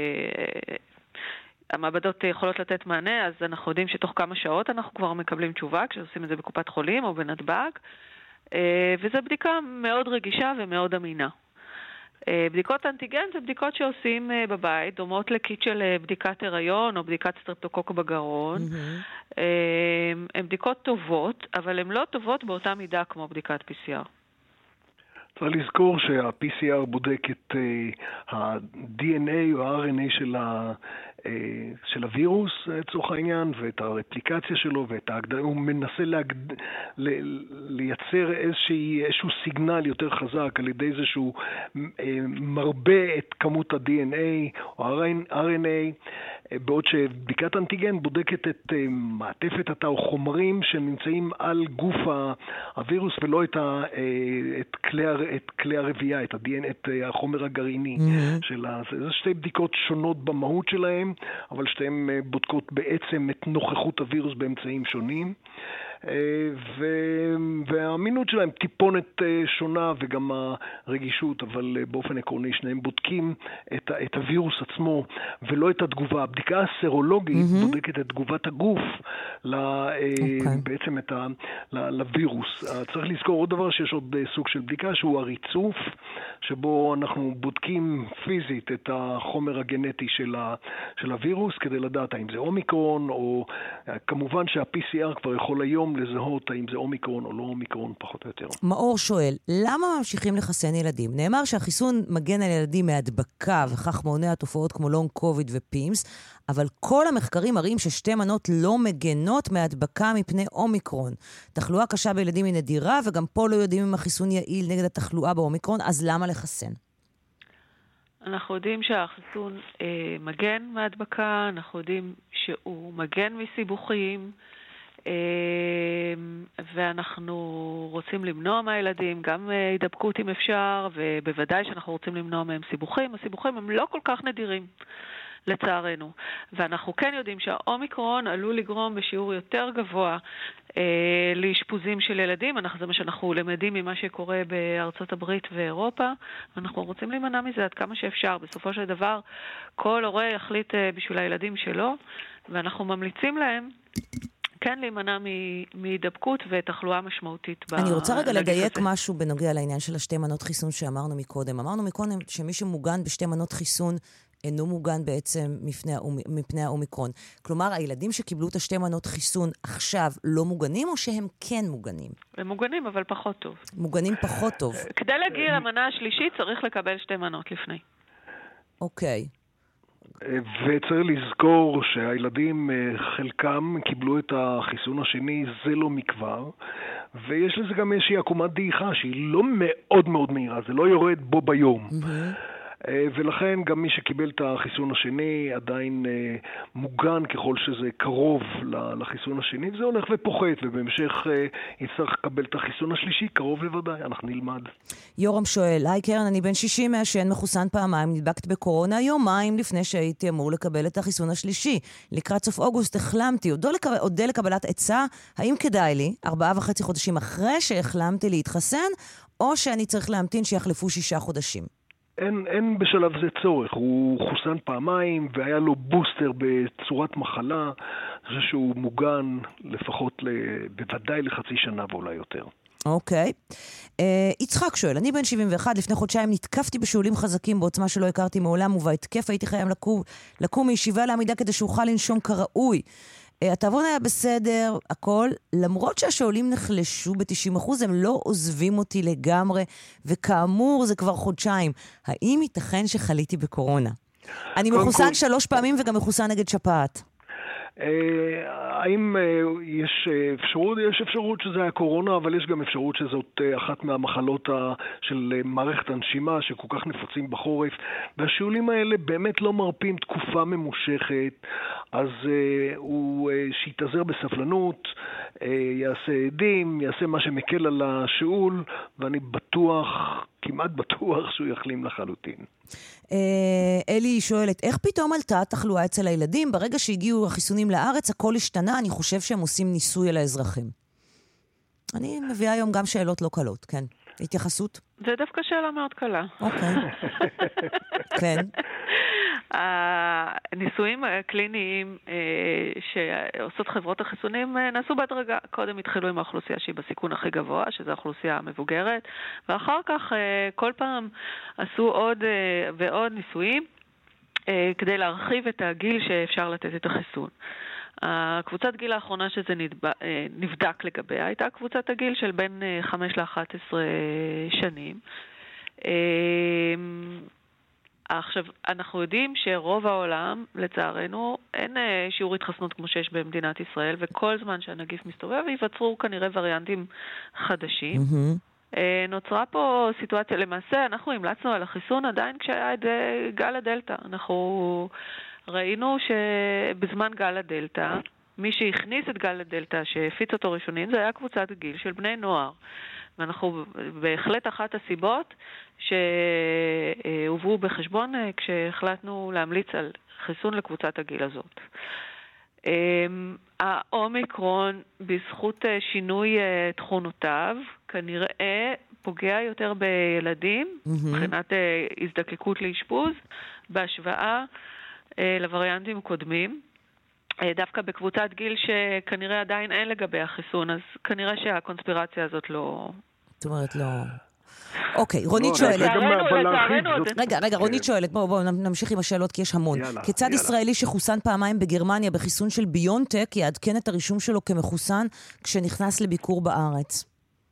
המעבדות יכולות לתת מענה, אז אנחנו יודעים שתוך כמה שעות אנחנו כבר מקבלים תשובה, כשעושים את זה בקופת חולים או בנתב"ג, וזו בדיקה מאוד רגישה ומאוד אמינה. בדיקות אנטיגן זה בדיקות שעושים בבית, דומות לקיט של בדיקת הריון או בדיקת סטרפטוקוק בגרון. Mm-hmm. הן בדיקות טובות, אבל הן לא טובות באותה מידה כמו בדיקת פי סי אר. צריך לזכור שה-פי סי אר בודק את ה-די אן איי או ה-אר אן איי של ה... של הווירוס, לצורך העניין, ואת הרפליקציה שלו, ואת ההגדרה, הוא מנסה להגד... ל... לייצר איזושהי, איזשהו סיגנל יותר חזק על ידי זה שהוא מרבה את כמות ה-די אן איי או ה-אר אן איי, בעוד שבדיקת אנטיגן בודקת את מעטפת התא או חומרים שנמצאים על גוף הווירוס ולא את, ה... את, כלי, הר... את כלי הרבייה, את, ה-די אן איי, את החומר הגרעיני mm-hmm. שלה. זה שתי בדיקות שונות במהות שלהם, אבל שתיהן בודקות בעצם את נוכחות הווירוס באמצעים שונים. והאמינות שלהם טיפונת שונה וגם הרגישות, אבל באופן עקרוני שניהם בודקים את, את הווירוס עצמו ולא את התגובה. הבדיקה הסרולוגית mm-hmm. בודקת את תגובת הגוף ל, okay. בעצם את ה, ל, לווירוס. צריך לזכור עוד דבר, שיש עוד סוג של בדיקה שהוא הריצוף, שבו אנחנו בודקים פיזית את החומר הגנטי של, ה, של הווירוס כדי לדעת האם זה אומיקרון, או כמובן שה-פי סי אר כבר יכול היום לזהות האם זה אומיקרון או לא אומיקרון, פחות או יותר. מאור שואל, למה ממשיכים לחסן ילדים? נאמר שהחיסון מגן על ילדים מהדבקה וכך מונע תופעות כמו לונג קוביד ופימס, אבל כל המחקרים מראים ששתי מנות לא מגנות מהדבקה מפני אומיקרון. תחלואה קשה בילדים היא נדירה, וגם פה לא יודעים אם החיסון יעיל נגד התחלואה באומיקרון, אז למה לחסן? אנחנו יודעים שהחיסון אה, מגן מהדבקה, אנחנו יודעים שהוא מגן מסיבוכים, ואנחנו רוצים למנוע מהילדים גם הידבקות אם אפשר, ובוודאי שאנחנו רוצים למנוע מהם סיבוכים. הסיבוכים הם לא כל כך נדירים לצערנו, ואנחנו כן יודעים שהאומיקרון עלול לגרום בשיעור יותר גבוה אה, לאשפוזים של ילדים. אנחנו, זה מה שאנחנו למדים ממה שקורה בארצות הברית ואירופה, ואנחנו רוצים להימנע מזה עד כמה שאפשר. בסופו של דבר כל הורה יחליט אה, בשביל הילדים שלו, ואנחנו ממליצים להם כן להימנע מהידבקות ותחלואה משמעותית. אני רוצה רגע לדייק משהו בנוגע לעניין של השתי מנות חיסון שאמרנו מקודם. אמרנו מקודם שמי שמוגן בשתי מנות חיסון אינו מוגן בעצם מפני, מפני האומיקרון. כלומר, הילדים שקיבלו את השתי מנות חיסון עכשיו לא מוגנים, או שהם כן מוגנים? הם מוגנים, אבל פחות טוב. מוגנים פחות טוב. כדי להגיע למנה השלישית צריך לקבל שתי מנות לפני. אוקיי. וצריך לזכור שהילדים, חלקם קיבלו את החיסון השני, זה לא מכבר, ויש לזה גם איזושהי עקומת דעיכה שהיא לא מאוד מאוד מהירה, זה לא יורד בו ביום. Mm-hmm. ולכן גם מי שקיבל את החיסון השני עדיין מוגן ככל שזה קרוב לחיסון השני, וזה הולך ופוחת, ובהמשך יצטרך לקבל את החיסון השלישי קרוב לוודאי, אנחנו נלמד. יורם שואל, היי קרן, אני בן שישים מעשן, מחוסן פעמיים, נדבקת בקורונה יומיים לפני שהייתי אמור לקבל את החיסון השלישי. לקראת סוף אוגוסט החלמתי, אודה לקבלת עצה, האם כדאי לי, ארבעה וחצי חודשים אחרי שהחלמתי להתחסן, או שאני צריך להמתין שיחלפו שישה חודשים? אין, אין בשלב זה צורך, הוא חוסן פעמיים והיה לו בוסטר בצורת מחלה, אני חושב שהוא מוגן לפחות בוודאי לחצי שנה ואולי יותר. אוקיי. יצחק שואל, אני בן שבעים ואחת, לפני חודשיים נתקפתי בשאולים חזקים בעוצמה שלא הכרתי מעולם, ובהתקף הייתי חייב לקום, לקום מישיבה לעמידה כדי שאוכל לנשום כראוי. התאבון היה בסדר, הכל, למרות שהשאולים נחלשו ב-תשעים אחוז, הם לא עוזבים אותי לגמרי, וכאמור זה כבר חודשיים. האם ייתכן שחליתי בקורונה? אני מחוסן שלוש פעמים וגם מחוסן נגד שפעת. האם יש אפשרות? יש אפשרות שזה היה קורונה, אבל יש גם אפשרות שזאת אחת מהמחלות של מערכת הנשימה שכל כך נפוצים בחורף, והשאולים האלה באמת לא מרפים תקופה ממושכת, אז הוא שיתעזר בסבלנות, יעשה עדים, יעשה מה שמקל על השאול, ואני בטוח, כמעט בטוח שהוא יחלים לחלוטין. אלי שואלת, איך פתאום עלתה התחלואה אצל הילדים? ברגע שהגיעו החיסונים לארץ, הכל השתנה, אני חושב שהם עושים ניסוי על האזרחים. אני מביאה היום גם שאלות לא קלות, כן. התייחסות? זה דווקא שאלה מאוד קלה. אוקיי. כן. הניסויים הקליניים שעושות חברות החיסונים נעשו בהדרגה. קודם התחילו עם האוכלוסייה שהיא בסיכון הכי גבוה, שזו האוכלוסייה המבוגרת, ואחר כך כל פעם עשו עוד ועוד ניסויים כדי להרחיב את הגיל שאפשר לתת את החיסון. הקבוצת גיל האחרונה שזה נדבק, נבדק לגביה הייתה קבוצת הגיל של בין חמש לאחת עשרה שנים. עכשיו, אנחנו יודעים שרוב העולם, לצערנו, אין שיעור התחסנות כמו שיש במדינת ישראל, וכל זמן שהנגיף מסתובב, ייווצרו כנראה וריאנטים חדשים. Mm-hmm. נוצרה פה סיטואציה, למעשה אנחנו המלצנו על החיסון עדיין כשהיה את גל הדלטה. אנחנו ראינו שבזמן גל הדלטה, מי שהכניס את גל הדלטה, שהפיץ אותו ראשונים, זה היה קבוצת גיל של בני נוער. ואנחנו בהחלט אחת הסיבות שהובאו בחשבון כשהחלטנו להמליץ על חיסון לקבוצת הגיל הזאת. האומיקרון, בזכות שינוי תכונותיו, כנראה פוגע יותר בילדים, מבחינת הזדקקות לאשפוז, בהשוואה לווריאנטים קודמים. דווקא בקבוצת גיל שכנראה עדיין אין לגבי החיסון, אז כנראה שהקונספירציה הזאת לא... זאת אומרת, לא... אוקיי, רונית שואלת. רגע, רגע, רונית שואלת. בואו, בואו, נמשיך עם השאלות, כי יש המון. כיצד ישראלי שחוסן פעמיים בגרמניה בחיסון של ביונטק יעדכן את הרישום שלו כמחוסן כשנכנס לביקור בארץ?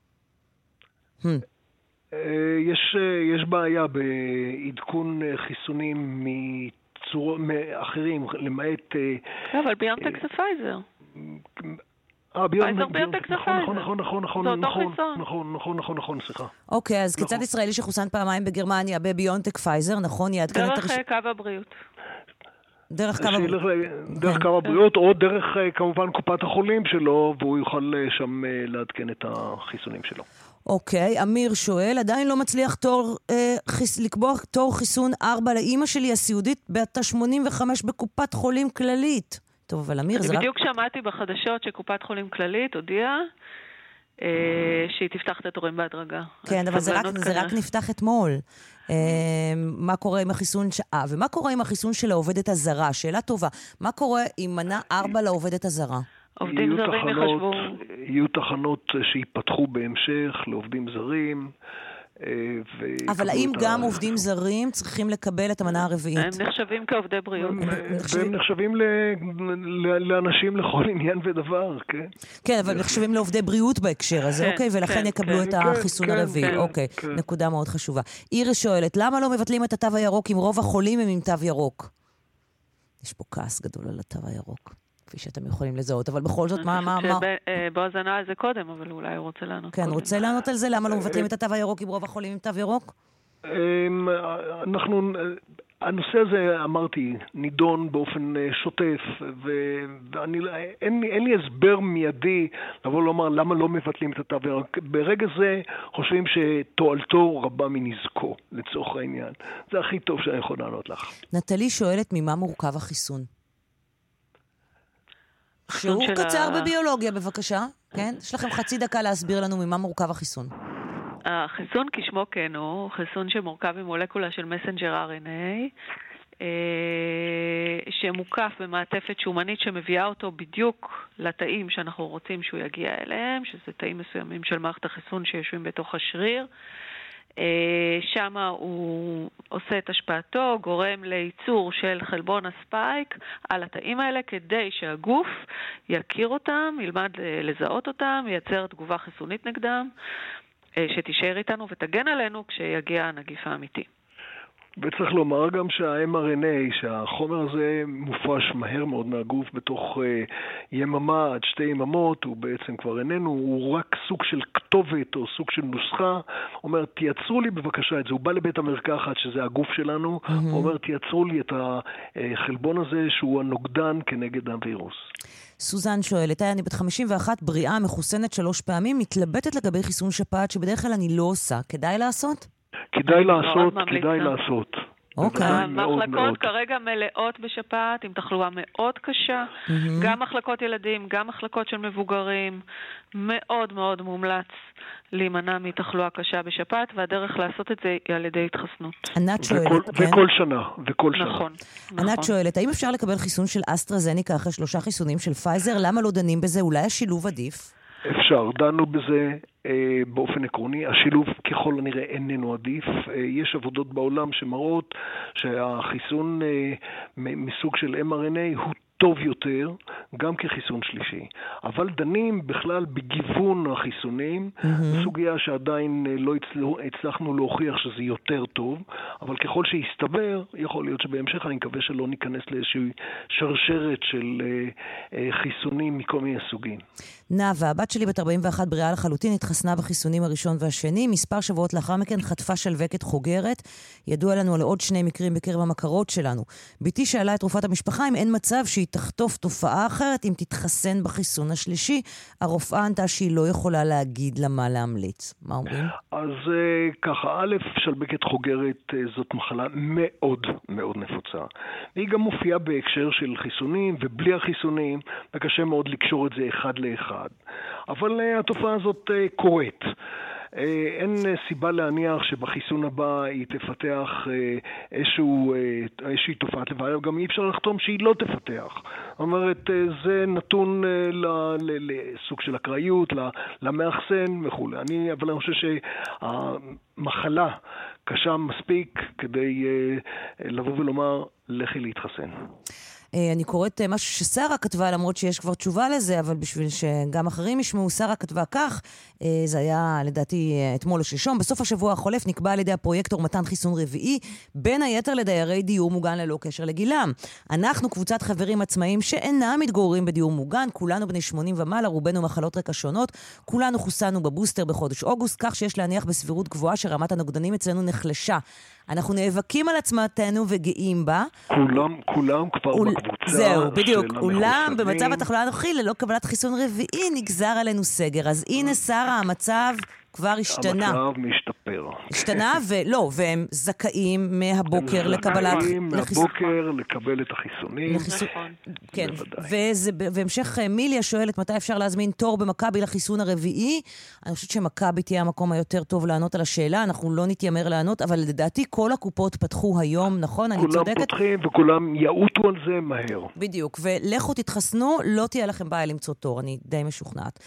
יש בעיה בעדכון חיסונים מאחרים, למעט... אבל ביונטק זה פייזר. פייזר ביונטק זה פייזר. נכון, נכון, נכון, נכון, נכון, נכון, נכון, נכון, נכון, סליחה. אוקיי, אז כיצד ישראלי שחוסן פעמיים בגרמניה בביונטק פייזר, נכון, יעדכן את הרישום... דרך קו הבריאות. דרך קו הבריאות. דרך קו הבריאות, או דרך כמובן קופת החולים שלו, והוא יוכל שם לעדכן את החיסונים שלו. אוקיי, אמיר שואל, עדיין לא מצליח תור, אה, חיס, לקבוע תור חיסון ארבע לאמא שלי הסיעודית בת שמונים וחמש בקופת חולים כללית. טוב, אבל אמיר, זה רק... בדיוק שמעתי בחדשות שקופת חולים כללית הודיעה אה, שהיא תפתח את התורים בהדרגה. כן, אבל זה רק, זה רק נפתח אתמול. אה, מה קורה עם החיסון... ש... אה, ומה קורה עם החיסון של העובדת הזרה? שאלה טובה. מה קורה עם מנה ארבע לעובדת הזרה? עובדים זרים יחשבו... יהיו תחנות שיפתחו בהמשך לעובדים זרים. אבל האם גם עובדים זרים צריכים לקבל את המנה הרביעית? הם נחשבים כעובדי בריאות. והם נחשבים לאנשים לכל עניין ודבר, כן? כן, אבל נחשבים לעובדי בריאות בהקשר הזה, אוקיי? ולכן יקבלו את החיסון הרביעי. אוקיי, נקודה מאוד חשובה. איריס שואלת, למה לא מבטלים את התו הירוק אם רוב החולים הם עם תו ירוק? יש פה כעס גדול על התו הירוק. כפי שאתם יכולים לזהות, אבל בכל זאת, מה, מה, מה? בועז ענה על זה קודם, אבל אולי הוא רוצה לענות. כן, רוצה לענות על זה? למה לא מבטלים את התו הירוק עם רוב החולים עם תו ירוק? אנחנו, הנושא הזה, אמרתי, נידון באופן שוטף, ואין לי הסבר מיידי לבוא לומר למה לא מבטלים את התו הירוק. ברגע זה חושבים שתועלתו רבה מנזקו, לצורך העניין. זה הכי טוב שאני יכול לענות לך. נטלי שואלת ממה מורכב החיסון? שיעור קצר בביולוגיה, בבקשה. כן? יש לכם חצי דקה להסביר לנו ממה מורכב החיסון. החיסון כשמו כן הוא חיסון שמורכב ממולקולה של מסנג'ר אר אן איי, שמוקף במעטפת שומנית שמביאה אותו בדיוק לתאים שאנחנו רוצים שהוא יגיע אליהם, שזה תאים מסוימים של מערכת החיסון שיושבים בתוך השריר. שם הוא עושה את השפעתו, גורם לייצור של חלבון הספייק על התאים האלה כדי שהגוף יכיר אותם, ילמד לזהות אותם, ייצר תגובה חיסונית נגדם, שתישאר איתנו ותגן עלינו כשיגיע הנגיף האמיתי. וצריך לומר גם שה-אם אר אן איי, שהחומר הזה מופרש מהר מאוד מהגוף בתוך uh, יממה עד שתי יממות, הוא בעצם כבר איננו, הוא רק סוג של כתובת או סוג של נוסחה, אומר, תייצרו לי בבקשה את זה, הוא בא לבית המרקחת שזה הגוף שלנו, mm-hmm. הוא אומר, תייצרו לי את החלבון הזה שהוא הנוגדן כנגד הווירוס. סוזן שואלת, אני בת חמישים ואחת, בריאה, מחוסנת שלוש פעמים, מתלבטת לגבי חיסון שפעת שבדרך כלל אני לא עושה, כדאי לעשות? כדאי לעשות, כדאי לעשות. אוקיי. המחלקות כרגע מלאות בשפעת, עם תחלואה מאוד קשה, גם מחלקות ילדים, גם מחלקות של מבוגרים, מאוד מאוד מומלץ להימנע מתחלואה קשה בשפעת, והדרך לעשות את זה היא על ידי התחסנות. ענת שואלת, כן? וכל שנה, וכל שנה. נכון. ענת שואלת, האם אפשר לקבל חיסון של אסטרהזניקה אחרי שלושה חיסונים של פייזר? למה לא דנים בזה? אולי השילוב עדיף? אפשר, דנו בזה אה, באופן עקרוני, השילוב ככל הנראה איננו עדיף, אה, יש עבודות בעולם שמראות שהחיסון אה, מסוג של אם אר אן איי הוא טוב יותר, גם כחיסון שלישי. אבל דנים בכלל בגיוון החיסונים, mm-hmm. סוגיה שעדיין לא הצלחנו להוכיח שזה יותר טוב, אבל ככל שיסתבר, יכול להיות שבהמשך אני מקווה שלא ניכנס לאיזושהי שרשרת של חיסונים מכל מיני סוגים. נאווה, הבת שלי בת ארבעים ואחת בריאה לחלוטין, התחסנה בחיסונים הראשון והשני, מספר שבועות לאחר מכן חטפה שלווקת חוגרת. ידוע לנו על עוד שני מקרים בקרב המכרות שלנו. ביתי שאלה את רופאת המשפחה אם אין מצב שהיא תחטוף תופעה אחרת אם תתחסן בחיסון השלישי. הרופאה ענתה שהיא לא יכולה להגיד לה מה להמליץ. מה אומרים? אז ככה, א', שלווקת חוגרת זאת מחלה מאוד מאוד נפוצה. היא גם מופיעה בהקשר של חיסונים, ובלי החיסונים, וקשה מאוד לקשור את זה אחד לאחד. אבל התופעה הזאת קורית. אין סיבה להניח שבחיסון הבא היא תפתח איזשהו, איזושהי תופעת לוואי, גם אי אפשר לחתום שהיא לא תפתח. זאת אומרת, זה נתון לסוג של אקראיות, למאחסן וכו'. אני, אבל אני חושב שהמחלה קשה מספיק כדי לבוא ולומר, לכי להתחסן. אני קוראת משהו ששרה כתבה, למרות שיש כבר תשובה לזה, אבל בשביל שגם אחרים ישמעו, שרה כתבה כך, זה היה לדעתי אתמול או שלשום, בסוף השבוע החולף נקבע על ידי הפרויקטור מתן חיסון רביעי, בין היתר לדיירי דיור מוגן ללא קשר לגילם. אנחנו קבוצת חברים עצמאיים שאינם מתגוררים בדיור מוגן, כולנו בני שמונים ומעלה, רובנו מחלות רקע שונות, כולנו חוסנו בבוסטר בחודש אוגוסט, כך שיש להניח בסבירות גבוהה שרמת הנוגדנים אצלנו נחלשה. אנחנו נאבקים על עצמתנו וגאים בה. כולם, כולם כבר אול... בקבוצה. זהו, בדיוק. אולם במצב התחלואה הנוכחי, ללא קבלת חיסון רביעי, נגזר עלינו סגר. אז הנה שרה, המצב כבר השתנה. המצב משתפר. השתנה, ולא, והם זכאים מהבוקר לקבלת... הם זכאים מהבוקר לקבל את החיסונים. לחיסון... כן, וזה בהמשך מיליה שואלת מתי אפשר להזמין תור במכבי לחיסון הרביעי. אני חושבת שמכבי תהיה המקום היותר טוב לענות על השאלה, אנחנו לא נתיימר לענות, אבל לדעתי כל הקופות פתחו היום, נכון? אני צודקת? כולם פותחים וכולם יעוטו על זה מהר. בדיוק, ולכו תתחסנו, לא תהיה לכם בעיה למצוא תור, אני די משוכנעת.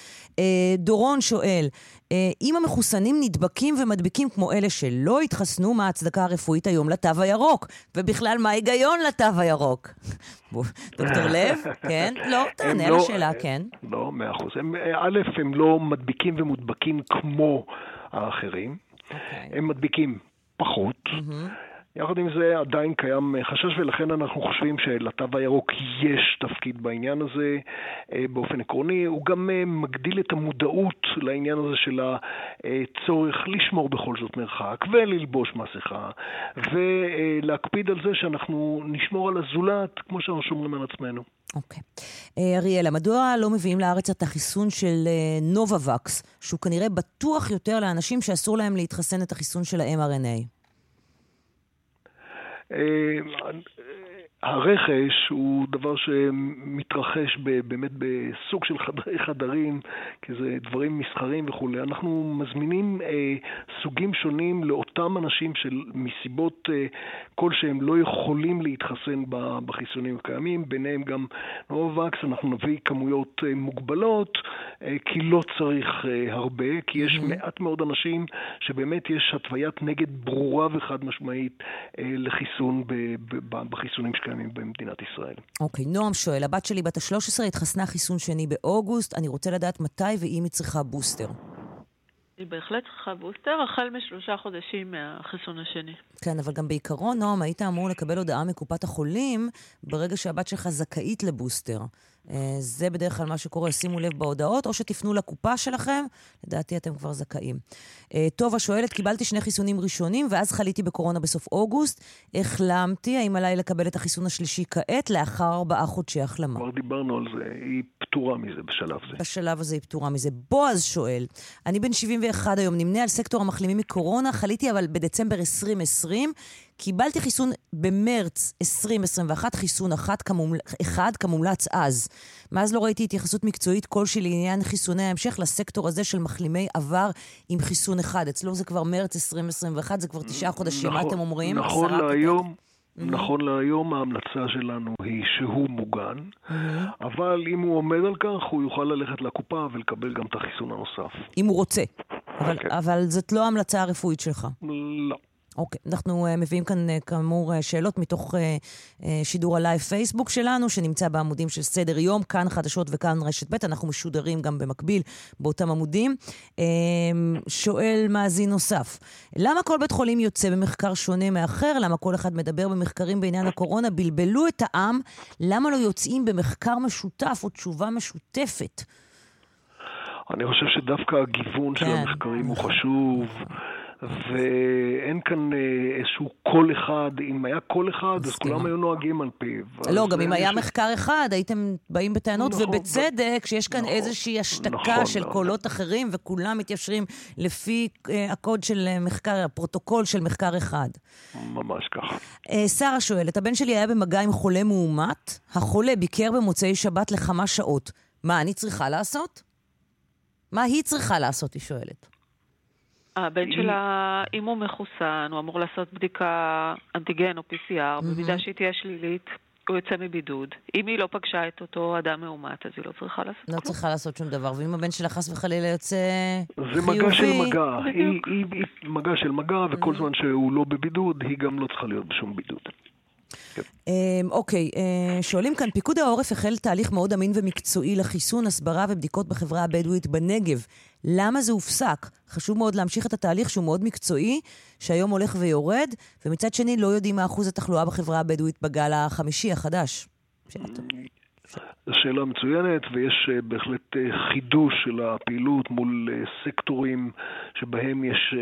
דורון שואל, אם המחוסנים נדבקים ומדביקים כמו אלה שלא התחסנו, מה ההצדקה הרפואית היום לתו הירוק? ובכלל, מה ההיגיון לתו הירוק? דוקטור לב? כן? לא, תענה על השאלה, כן. לא, מאה אחוז. א', הם לא מדביקים ומודבקים כמו האחרים. הם מדביקים פחות. יחד עם זה עדיין קיים חשש, ולכן אנחנו חושבים שלתו הירוק יש תפקיד בעניין הזה באופן עקרוני. הוא גם מגדיל את המודעות לעניין הזה של הצורך לשמור בכל זאת מרחק וללבוש מסכה ולהקפיד על זה שאנחנו נשמור על הזולת כמו שאנחנו שומרים על עצמנו. אוקיי. אריאלה, מדוע לא מביאים לארץ את החיסון של נובווקס, שהוא כנראה בטוח יותר לאנשים שאסור להם להתחסן את החיסון של ה-אם אר אן איי? הרכש הוא דבר שמתרחש באמת בסוג של חדרי חדרים, כי זה דברים מסחרים וכו'. אנחנו מזמינים אה, סוגים שונים לאותם אנשים שמסיבות אה, כלשהם לא יכולים להתחסן בחיסונים הקיימים, ביניהם גם נובווקס. אנחנו נביא כמויות אה, מוגבלות, אה, כי לא צריך אה, הרבה, כי יש mm-hmm. מעט מאוד אנשים שבאמת יש התוויית נגד ברורה וחד משמעית אה, לחיסון ב, ב, בחיסונים שקיימים במדינת ישראל. אוקיי, נועם שואל, הבת שלי בת ה-שלוש עשרה התחסנה חיסון שני באוגוסט, אני רוצה לדעת מתי ואם היא צריכה בוסטר. היא בהחלט צריכה בוסטר, החל משלושה חודשים מהחיסון השני. כן, אבל גם בעיקרון, נועם, היית אמור לקבל הודעה מקופת החולים ברגע שהבת שלך זכאית לבוסטר. זה בדרך כלל מה שקורה, שימו לב בהודעות, או שתפנו לקופה שלכם, לדעתי אתם כבר זכאים. טוב, השואלת, קיבלתי שני חיסונים ראשונים, ואז חליתי בקורונה בסוף אוגוסט, החלמתי, האם עליי לקבל את החיסון השלישי כעת, לאחר ארבעה חודשי החלמה? כבר דיברנו על זה, היא פטורה מזה בשלב זה. בשלב הזה היא פטורה מזה. בועז שואל, אני בן שבעים ואחת היום, נמנה על סקטור המחלימים מקורונה, חליתי אבל בדצמבר עשרים עשרים, קיבלתי חיסון במרץ עשרים עשרים ואחת, חיסון אחד, כמומל... אחד כמומלץ אז. מאז לא ראיתי התייחסות מקצועית כלשהי לעניין חיסוני ההמשך לסקטור הזה של מחלימי עבר עם חיסון אחד. אצלו זה כבר מרץ עשרים עשרים ואחת, זה כבר תשעה חודשים. נכון, מה אתם אומרים? נכון להיום, mm-hmm. נכון להיום ההמלצה שלנו היא שהוא מוגן, mm-hmm. אבל אם הוא עומד על כך, הוא יוכל ללכת לקופה ולקבל גם את החיסון הנוסף. אם הוא רוצה. אבל, okay. אבל זאת לא ההמלצה הרפואית שלך. לא. אוקיי, אנחנו uh, מביאים כאן uh, כאמור uh, שאלות מתוך uh, uh, שידור הלייב פייסבוק שלנו, שנמצא בעמודים של סדר יום, כאן חדשות וכאן רשת ב', אנחנו משודרים גם במקביל באותם עמודים. Uh, שואל מאזין נוסף, למה כל בית חולים יוצא במחקר שונה מאחר? למה כל אחד מדבר במחקרים בעניין הקורונה? בלבלו את העם, למה לא יוצאים במחקר משותף או תשובה משותפת? אני חושב שדווקא הגיוון כן. של המחקרים הוא חשוב, ואין כאן איזשהו קול אחד. אם היה קול אחד, אז כולם היו נוהגים על פיו. לא, גם אם היה מחקר אחד, הייתם באים בטענות, ובצדק, שיש כאן איזושהי השתקה של קולות אחרים, וכולם מתיישרים לפי הקוד של מחקר, הפרוטוקול של מחקר אחד. ממש ככה. שרה שואלת, הבן שלי היה במגע עם חולה מאומת, החולה ביקר במוצאי שבת לכמה שעות. מה אני צריכה לעשות? מה היא צריכה לעשות, היא שואלת. הבן שלה, אם הוא מחוסן, הוא אמור לעשות בדיקה אנטיגן או פי סי אר, במידה שהיא תהיה שלילית, הוא יוצא מבידוד. אם היא לא פגשה את אותו אדם מאומת, אז היא לא צריכה לעשות כלום. לא צריכה לעשות שום דבר, ואם הבן שלה חס וחלילה יוצא חיובי... זה מגע של מגע, היא מגע של מגע, וכל זמן שהוא לא בבידוד, היא גם לא צריכה להיות בשום בידוד. אוקיי, שואלים כאן, פיקוד העורף החל תהליך מאוד אמין ומקצועי לחיסון, הסברה ובדיקות בחברה הבדואית בנגב. למה זה הופסק? חשוב מאוד להמשיך את התהליך שהוא מאוד מקצועי, שהיום הולך ויורד, ומצד שני לא יודעים מה אחוז התחלואה בחברה הבדואית בגל החמישי החדש. זו שאלה מצוינת, ויש בהחלט חידוש של הפעילות מול סקטורים שבהם יש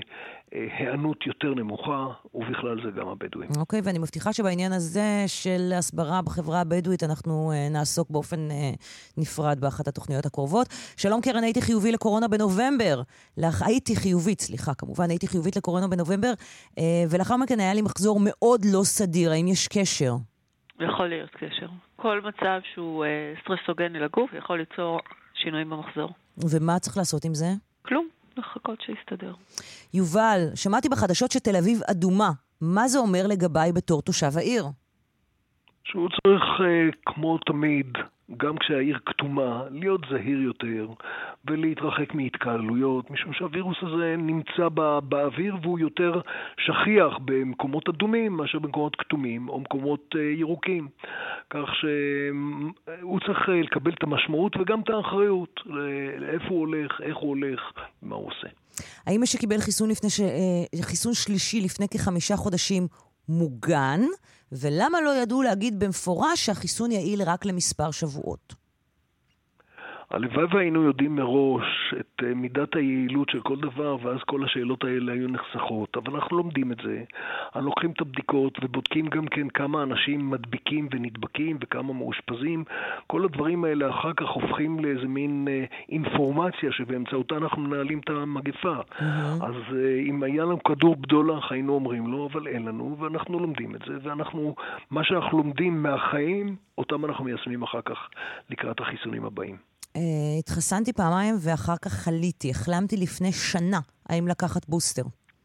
הענות יותר נמוכה, ובכלל זה גם הבדואים. אוקיי, ואני מבטיחה שבעניין הזה של הסברה בחברה הבדואית, אנחנו נעסוק באופן נפרד באחת התוכניות הקרובות. שלום קרן, הייתי חיובי לקורונה בנובמבר. הייתי חיובית, סליחה, כמובן, הייתי חיובית לקורונה בנובמבר, ולאחר מכן היה לי מחזור מאוד לא סדיר. האם יש קשר? יכול להיות קשר. כל מצב שהוא סטרסוגני לגוף יכול ליצור שינויים במחזור. ומה צריך לעשות עם זה? כלום. לחכות שיסתדר. יובל, שמעתי בחדשות שתל אביב אדומה. מה זה אומר לגביי בתור תושב העיר? שהוא צריך, כמו תמיד, גם כשהעיר כתומה, להיות זהיר יותר ולהתרחק מהתקהלויות, משום שהווירוס הזה נמצא בא, באוויר והוא יותר שכיח במקומות אדומים מאשר במקומות כתומים או מקומות ירוקים. כך שהוא צריך לקבל את המשמעות וגם את האחריות, לאיפה הוא הולך, איך הוא הולך, מה הוא עושה. האם מי שקיבל חיסון, לפני ש... חיסון שלישי לפני כחמישה חודשים מוגן? ולמה לא ידעו להגיד במפורש שהחיסון יעיל רק למספר שבועות? הלוואי והיינו יודעים מראש את מידת היעילות של כל דבר, ואז כל השאלות האלה היו נחסכות. אבל אנחנו לומדים את זה. אנחנו לוקחים את הבדיקות ובודקים גם כן כמה אנשים מדביקים ונדבקים וכמה מאושפזים. כל הדברים האלה אחר כך הופכים לאיזה מין אינפורמציה שבאמצעותה אנחנו מנהלים את המגפה. Mm-hmm. אז אם היה לנו כדור בדולח היינו אומרים לו, אבל אין לנו, ואנחנו לומדים את זה. ואנחנו, מה שאנחנו לומדים מהחיים, אותם אנחנו מיישמים אחר כך לקראת החיסונים הבאים. התחסנתי פעמיים ואחר כך חליתי. החלמתי לפני שנה. האם לקחת בוסטר?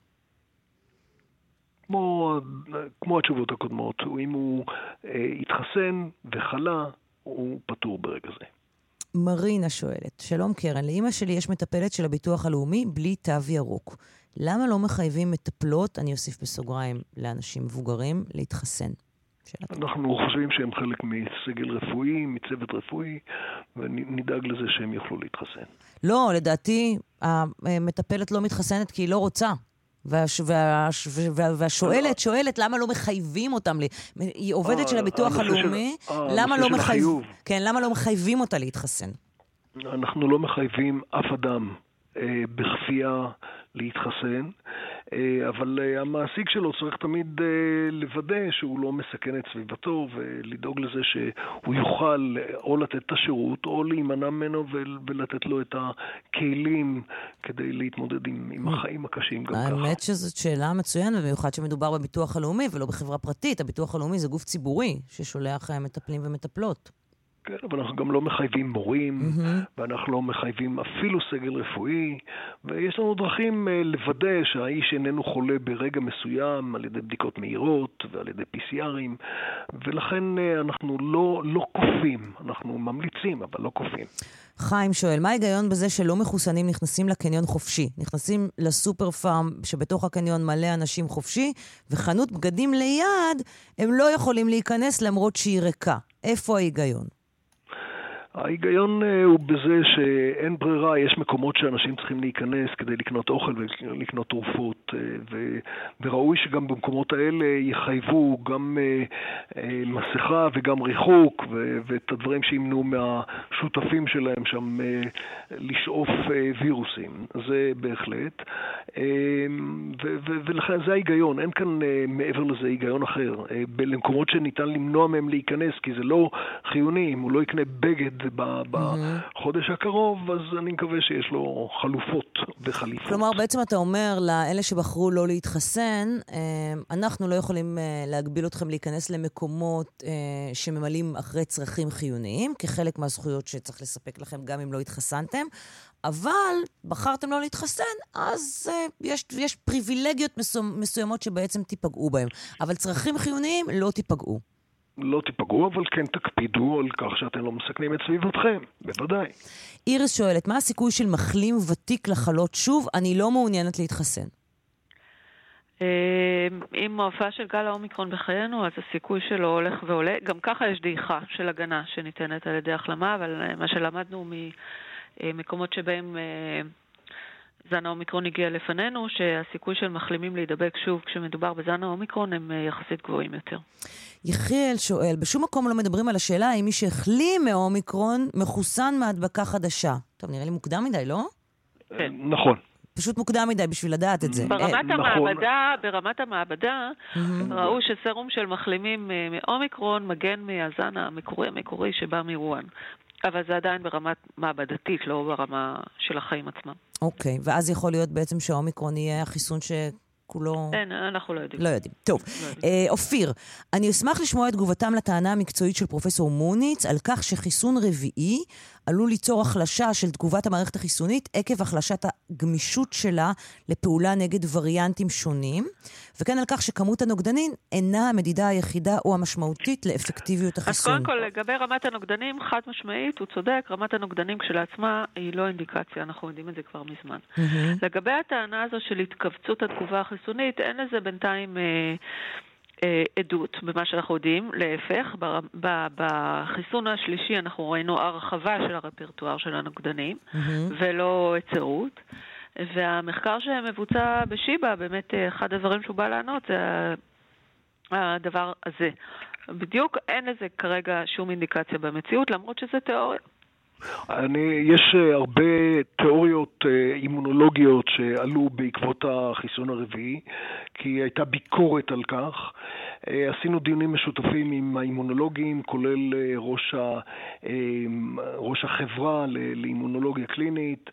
כמו, כמו התשובות הקודמות. אם הוא אה, התחסן וחלה, הוא פטור ברגע זה. מרינה שואלת, שלום קרן, לאמא שלי יש מטפלת של הביטוח הלאומי בלי תו ירוק. למה לא מחייבים מטפלות, אני אוסיף בסוגריים, לאנשים מבוגרים, להתחסן? אנחנו חושבים שהם חלק מסגל רפואי, מצוות רפואי, ונדאג לזה שהם יוכלו להתחסן. לא, לדעתי, המטפלת לא מתחסנת כי היא לא רוצה. והש, והש, וה, והשואלת, שואלת למה לא מחייבים אותם, היא עובדת של הביטוח הלאומי, למה לא מחייבים, כן, למה לא מחייבים אותה להתחסן? אנחנו לא מחייבים אף אדם אה, בכפייה להתחסן, אבל המעסיק שלו צריך תמיד לוודא שהוא לא מסכן את סביבתו ולדאוג לזה שהוא יוכל או לתת את השירות או להימנע ממנו ולתת לו את הכלים כדי להתמודד עם, עם החיים הקשים גם ככה. האמת שזאת שאלה מצוינת, במיוחד שמדובר בביטוח הלאומי ולא בחברה פרטית. הביטוח הלאומי זה גוף ציבורי ששולח מטפלים ומטפלות. כן, אבל אנחנו גם לא מחייבים מורים, mm-hmm. ואנחנו לא מחייבים אפילו סגל רפואי, ויש לנו דרכים לוודא שהאיש איננו חולה ברגע מסוים על ידי בדיקות מהירות ועל ידי פי סי ארים, ולכן אנחנו לא, לא כופים, אנחנו ממליצים, אבל לא כופים. חיים שואל, מה ההיגיון בזה שלא מחוסנים נכנסים לקניון חופשי? נכנסים לסופר פארם שבתוך הקניון מלא אנשים חופשי, וחנות בגדים ליד, הם לא יכולים להיכנס למרות שהיא ריקה. איפה ההיגיון? ההיגיון הוא בזה שאין ברירה, יש מקומות שאנשים צריכים להיכנס כדי לקנות אוכל ולקנות תרופות, וראוי שגם במקומות האלה יחייבו גם מסכה וגם ריחוק, ואת הדברים שימנעו מהשותפים שלהם שם לשאוף וירוסים. זה בהחלט. ולכן זה ההיגיון, אין כאן מעבר לזה היגיון אחר. למקומות שניתן למנוע מהם להיכנס, כי זה לא חיוני, אם הוא לא יקנה בגד בחודש הקרוב, אז אני מקווה שיש לו חלופות וחליפות. כלומר, בעצם אתה אומר לאלה שבחרו לא להתחסן, אנחנו לא יכולים להגביל אתכם להיכנס למקומות שממלאים אחרי צרכים חיוניים, כחלק מהזכויות שצריך לספק לכם גם אם לא התחסנתם, אבל בחרתם לא להתחסן, אז יש, יש פריבילגיות מסוימות שבעצם תיפגעו בהם. אבל צרכים חיוניים לא תיפגעו. לא תיפגעו, אבל כן תקפידו על כך שאתם לא מסכנים את סביבתכם, בוודאי. איריס שואלת, מה הסיכוי של מחלים ותיק לחלות שוב? אני לא מעוניינת להתחסן. עם מועפה של גל האומיקרון בחיינו, אז הסיכוי שלו הולך ועולה. גם ככה יש דעיכה של הגנה שניתנת על ידי החלמה, אבל מה שלמדנו ממקומות שבהם זן האומיקרון הגיע לפנינו, שהסיכוי של מחלימים להידבק שוב כשמדובר בזן האומיקרון הם יחסית גבוהים יותר. יחיאל שואל, בשום מקום לא מדברים על השאלה האם מי שהחלים מאומיקרון מחוסן מהדבקה חדשה. טוב, נראה לי מוקדם מדי, לא? כן. נכון. פשוט מוקדם מדי בשביל לדעת את זה. ברמת המעבדה, ברמת המעבדה, ראו שסרום של מחלימים מאומיקרון מגן מהזן המקורי המקורי שבא מרואן. אבל זה עדיין ברמת מעבדתית, לא ברמה של החיים עצמם. אוקיי, ואז יכול להיות בעצם שהאומיקרון יהיה החיסון שכולו... אין, אנחנו לא יודעים. לא יודעים. טוב, אופיר, אני אשמח לשמוע את תגובתם לטענה המקצועית של פרופסור מוניץ, על כך שחיסון רביעי עלול ליצור החלשה של תגובת המערכת החיסונית, עקב החלשת הגמישות שלה לפעולה נגד וריאנטים שונים, וכן על כך שכמות הנוגדנים אינה המדידה היחידה או המשמעותית לאפקטיביות החיסון. אז קודם כל, לגבי רמת הנוגדנים, חד משמעית, הוא צודק, רמת הנוגדנים כשלעצמה היא לא אינדיקציה, אנחנו יודעים את זה כבר מזמן. Mm-hmm. לגבי הטענה הזו של התכווצות התגובה החיסונית, אין לזה בינתיים... אה, עדות במה שאנחנו יודעים, להפך, בחיסון השלישי אנחנו ראינו הרחבה של הרפרטואר של הנוגדנים, mm-hmm. ולא היצרות, והמחקר שמבוצע בשיבא, באמת אחד הדברים שהוא בא לענות זה הדבר הזה. בדיוק אין לזה כרגע שום אינדיקציה במציאות, למרות שזה תיאוריה. אני, יש הרבה תיאוריות אימונולוגיות שעלו בעקבות החיסון הרביעי, כי הייתה ביקורת על כך. עשינו דיונים משותפים עם האימונולוגים, כולל ראש, ה, ראש החברה לאימונולוגיה קלינית,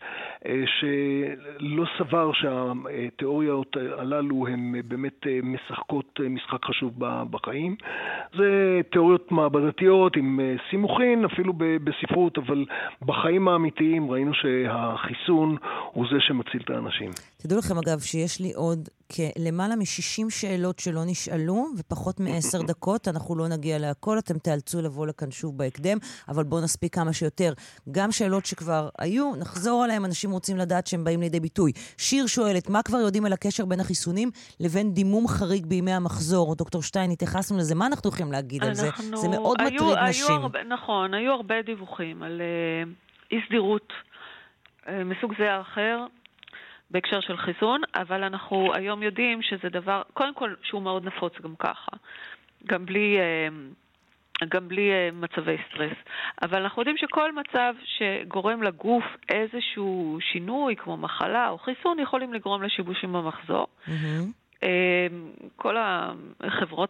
שלא סבר שהתיאוריות הללו הן באמת משחקות משחק חשוב בחיים. זה תיאוריות מעבדתיות עם סימוכין, אפילו בספרות, אבל בחיים האמיתיים ראינו שהחיסון הוא זה שמציל את האנשים. תדעו לכם אגב שיש לי עוד כלמעלה מ-שישים שאלות שלא נשאלו, ופחות מ-עשר דקות, אנחנו לא נגיע להכל, אתם תאלצו לבוא לכאן שוב בהקדם, אבל בואו נספיק כמה שיותר. גם שאלות שכבר היו, נחזור עליהם, אנשים רוצים לדעת שהם באים לידי ביטוי. שיר שואלת, מה כבר יודעים על הקשר בין החיסונים לבין דימום חריג בימי המחזור? דוקטור שטיין, התייחסנו לזה, מה אנחנו יכולים להגיד על זה? זה מאוד היו, מטריד היו נשים. הרבה, נכון, היו הרבה דיווחים על uh, אי סדירות uh, מסוג זה או אחר, בהקשר של חיסון, אבל אנחנו היום יודעים שזה דבר, קודם כל שהוא מאוד נפוץ גם ככה, גם בלי, גם בלי מצבי סטרס. אבל אנחנו יודעים שכל מצב שגורם לגוף איזשהו שינוי, כמו מחלה או חיסון, יכולים לגרום לשיבושים במחזור. Mm-hmm. כל החברות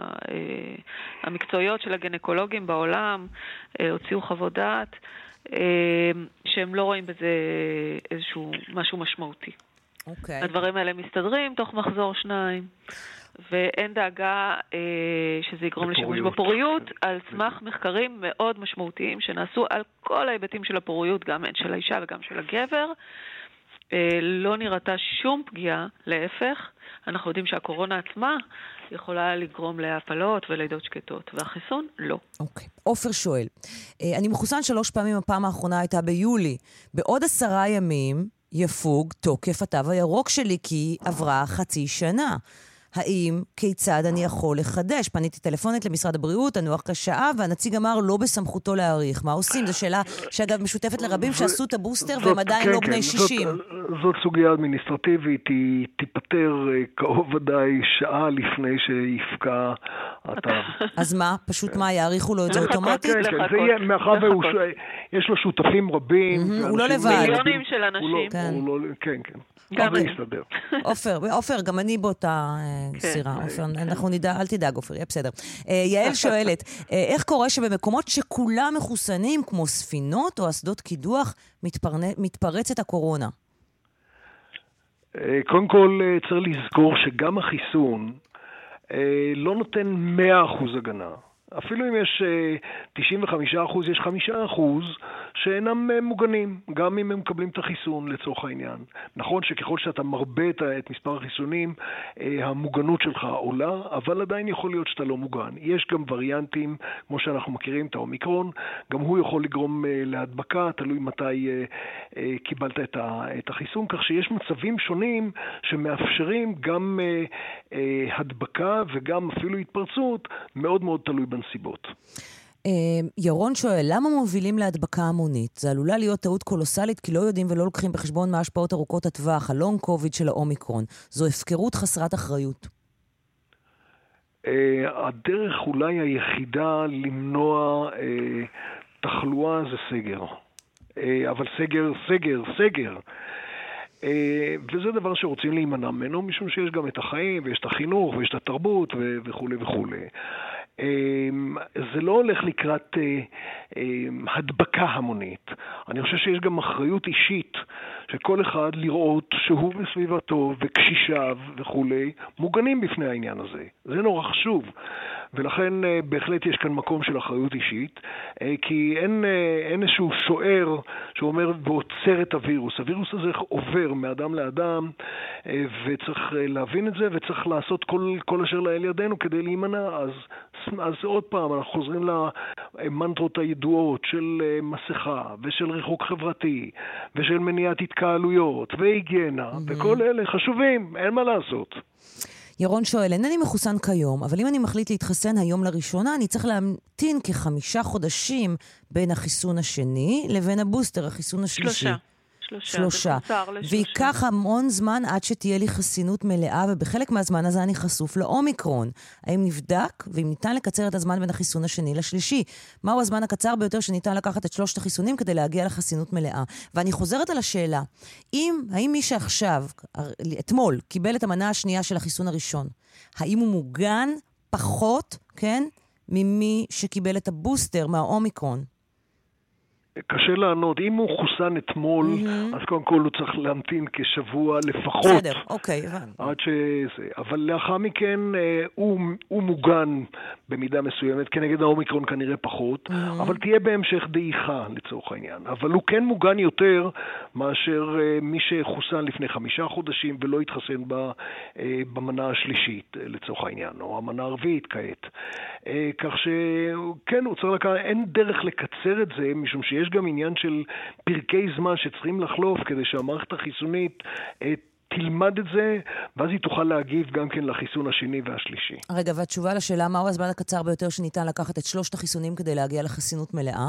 המקצועיות של הגנקולוגים בעולם הוציאו חוות דעת, שהם לא רואים בזה איזשהו משהו משמעותי. אוקיי. הדברים האלה מסתדרים תוך מחזור שניים. ואין דאגה אה, שזה יגרום לשימוש בפוריות, על סמך מחקרים מאוד משמעותיים שנעשו על כל ההיבטים של הפוריות, גם של האישה וגם של הגבר. אה, לא נראתה שום פגיעה, להפך. אנחנו יודעים שהקורונה עצמה יכולה לגרום להפלות ולידות שקטות, והחיסון לא. אוקיי. עופר שואל, אה, אני מחוסן שלוש פעמים, הפעם האחרונה הייתה ביולי. בעוד עשרה ימים יפוג תוקף התו הירוק שלי, כי עברה חצי שנה. האם, כיצד אני יכול לחדש? פניתי טלפונית למשרד הבריאות, ענו אחרי שעה, והנציג אמר לא בסמכותו להאריך. מה עושים? זו שאלה שאגב משותפת לרבים שעשו את הבוסטר והם עדיין לא בני שישים. זאת סוגיה אדמיניסטרטיבית, היא תיפטר קרוב ודאי שעה לפני שיפקע התו. אז מה? פשוט מה, יאריכו לו את זה אוטומטית? כן, כן, זה יהיה, מאחר ויש לו שותפים רבים. הוא לא לבד. מיליונים של אנשים. כן, כן. גם להסתדר. עופר, עופר, גם אני באותה סירה. עופר, אנחנו נדע, אל תדאג, עופר, יהיה בסדר. יעל שואלת, איך קורה שבמקומות שכולם מחוסנים, כמו ספינות או אסדות קידוח, מתפרצת הקורונה? קודם כל, צריך לזכור שגם החיסון לא נותן מאה אחוז הגנה. אפילו אם יש תשעים וחמישה אחוז, יש חמישה אחוז שאינם מוגנים, גם אם הם מקבלים את החיסון לצורך העניין. נכון שככל שאתה מרבה את מספר החיסונים, המוגנות שלך עולה, אבל עדיין יכול להיות שאתה לא מוגן. יש גם וריאנטים, כמו שאנחנו מכירים, את האומיקרון, גם הוא יכול לגרום להדבקה, תלוי מתי קיבלת את החיסון, כך שיש מצבים שונים שמאפשרים גם הדבקה וגם אפילו התפרצות, מאוד מאוד תלוי בנסיבות. ירון שואל, למה מובילים להדבקה המונית? זה עלולה להיות טעות קולוסלית, כי לא יודעים ולא לוקחים בחשבון מה השפעות ארוכות הטווח, הלונג קוביד של האומיקרון. זו הפקרות חסרת אחריות. הדרך אולי היחידה למנוע תחלואה זה סגר. אבל סגר, סגר, סגר. וזה דבר שרוצים להימנע ממנו, משום שיש גם את החיים, ויש את החינוך, ויש את התרבות, וכו' וכו'. זה לא הולך לקראת הדבקה המונית. אני חושב שיש גם אחריות אישית של כל אחד לראות שהוא בסביבתו וקשישיו וכו' מוגנים בפני העניין הזה. זה נורא חשוב. ולכן בהחלט יש כאן מקום של אחריות אישית, כי אין, אין איזשהו שוער שאומר ועוצר את הווירוס. הווירוס הזה עובר מאדם לאדם, וצריך להבין את זה, וצריך לעשות כל, כל אשר לאל ידינו כדי להימנע. אז, אז עוד פעם, אנחנו חוזרים למנטרות הידועות של מסכה, ושל ריחוק חברתי, ושל מניעת התקהלויות, והיגיינה, mm-hmm. וכל אלה חשובים, אין מה לעשות. ירון שואל, אינני מחוסן כיום, אבל אם אני מחליט להתחסן היום לראשונה, אני צריך להמתין כחמישה חודשים בין החיסון השני לבין הבוסטר, החיסון השלישי. שלושה. שלושה. שלושה. ויקח המון זמן עד שתהיה לי חסינות מלאה, ובחלק מהזמן הזה אני חשוף לאומיקרון. האם נבדק, ואם ניתן לקצר את הזמן בין החיסון השני לשלישי? מהו הזמן הקצר ביותר שניתן לקחת את שלושת החיסונים כדי להגיע לחסינות מלאה? ואני חוזרת על השאלה, אם, האם מי שעכשיו, אתמול, קיבל את המנה השנייה של החיסון הראשון, האם הוא מוגן פחות, כן, ממי שקיבל את הבוסטר מהאומיקרון? קשה לענות. אם הוא חוסן אתמול, mm-hmm. אז קודם כל הוא צריך להמתין כשבוע לפחות. בסדר, אוקיי, הבנתי. עד שזה. אבל לאחר מכן הוא, הוא מוגן במידה מסוימת, כנגד האומיקרון כנראה פחות, mm-hmm. אבל תהיה בהמשך דעיכה לצורך העניין. אבל הוא כן מוגן יותר מאשר מי שחוסן לפני חמישה חודשים ולא התחסן במנה השלישית לצורך העניין, או המנה הרביעית כעת. כך שכן, הוא צריך לקחת, אין דרך לקצר את זה, משום שיש יש גם עניין של פרקי זמן שצריכים לחלוף כדי שהמערכת החיסונית תלמד את זה, ואז היא תוכל להגיב גם כן לחיסון השני והשלישי. רגע, והתשובה לשאלה, מהו הזמן הקצר ביותר שניתן לקחת את שלושת החיסונים כדי להגיע לחסינות מלאה?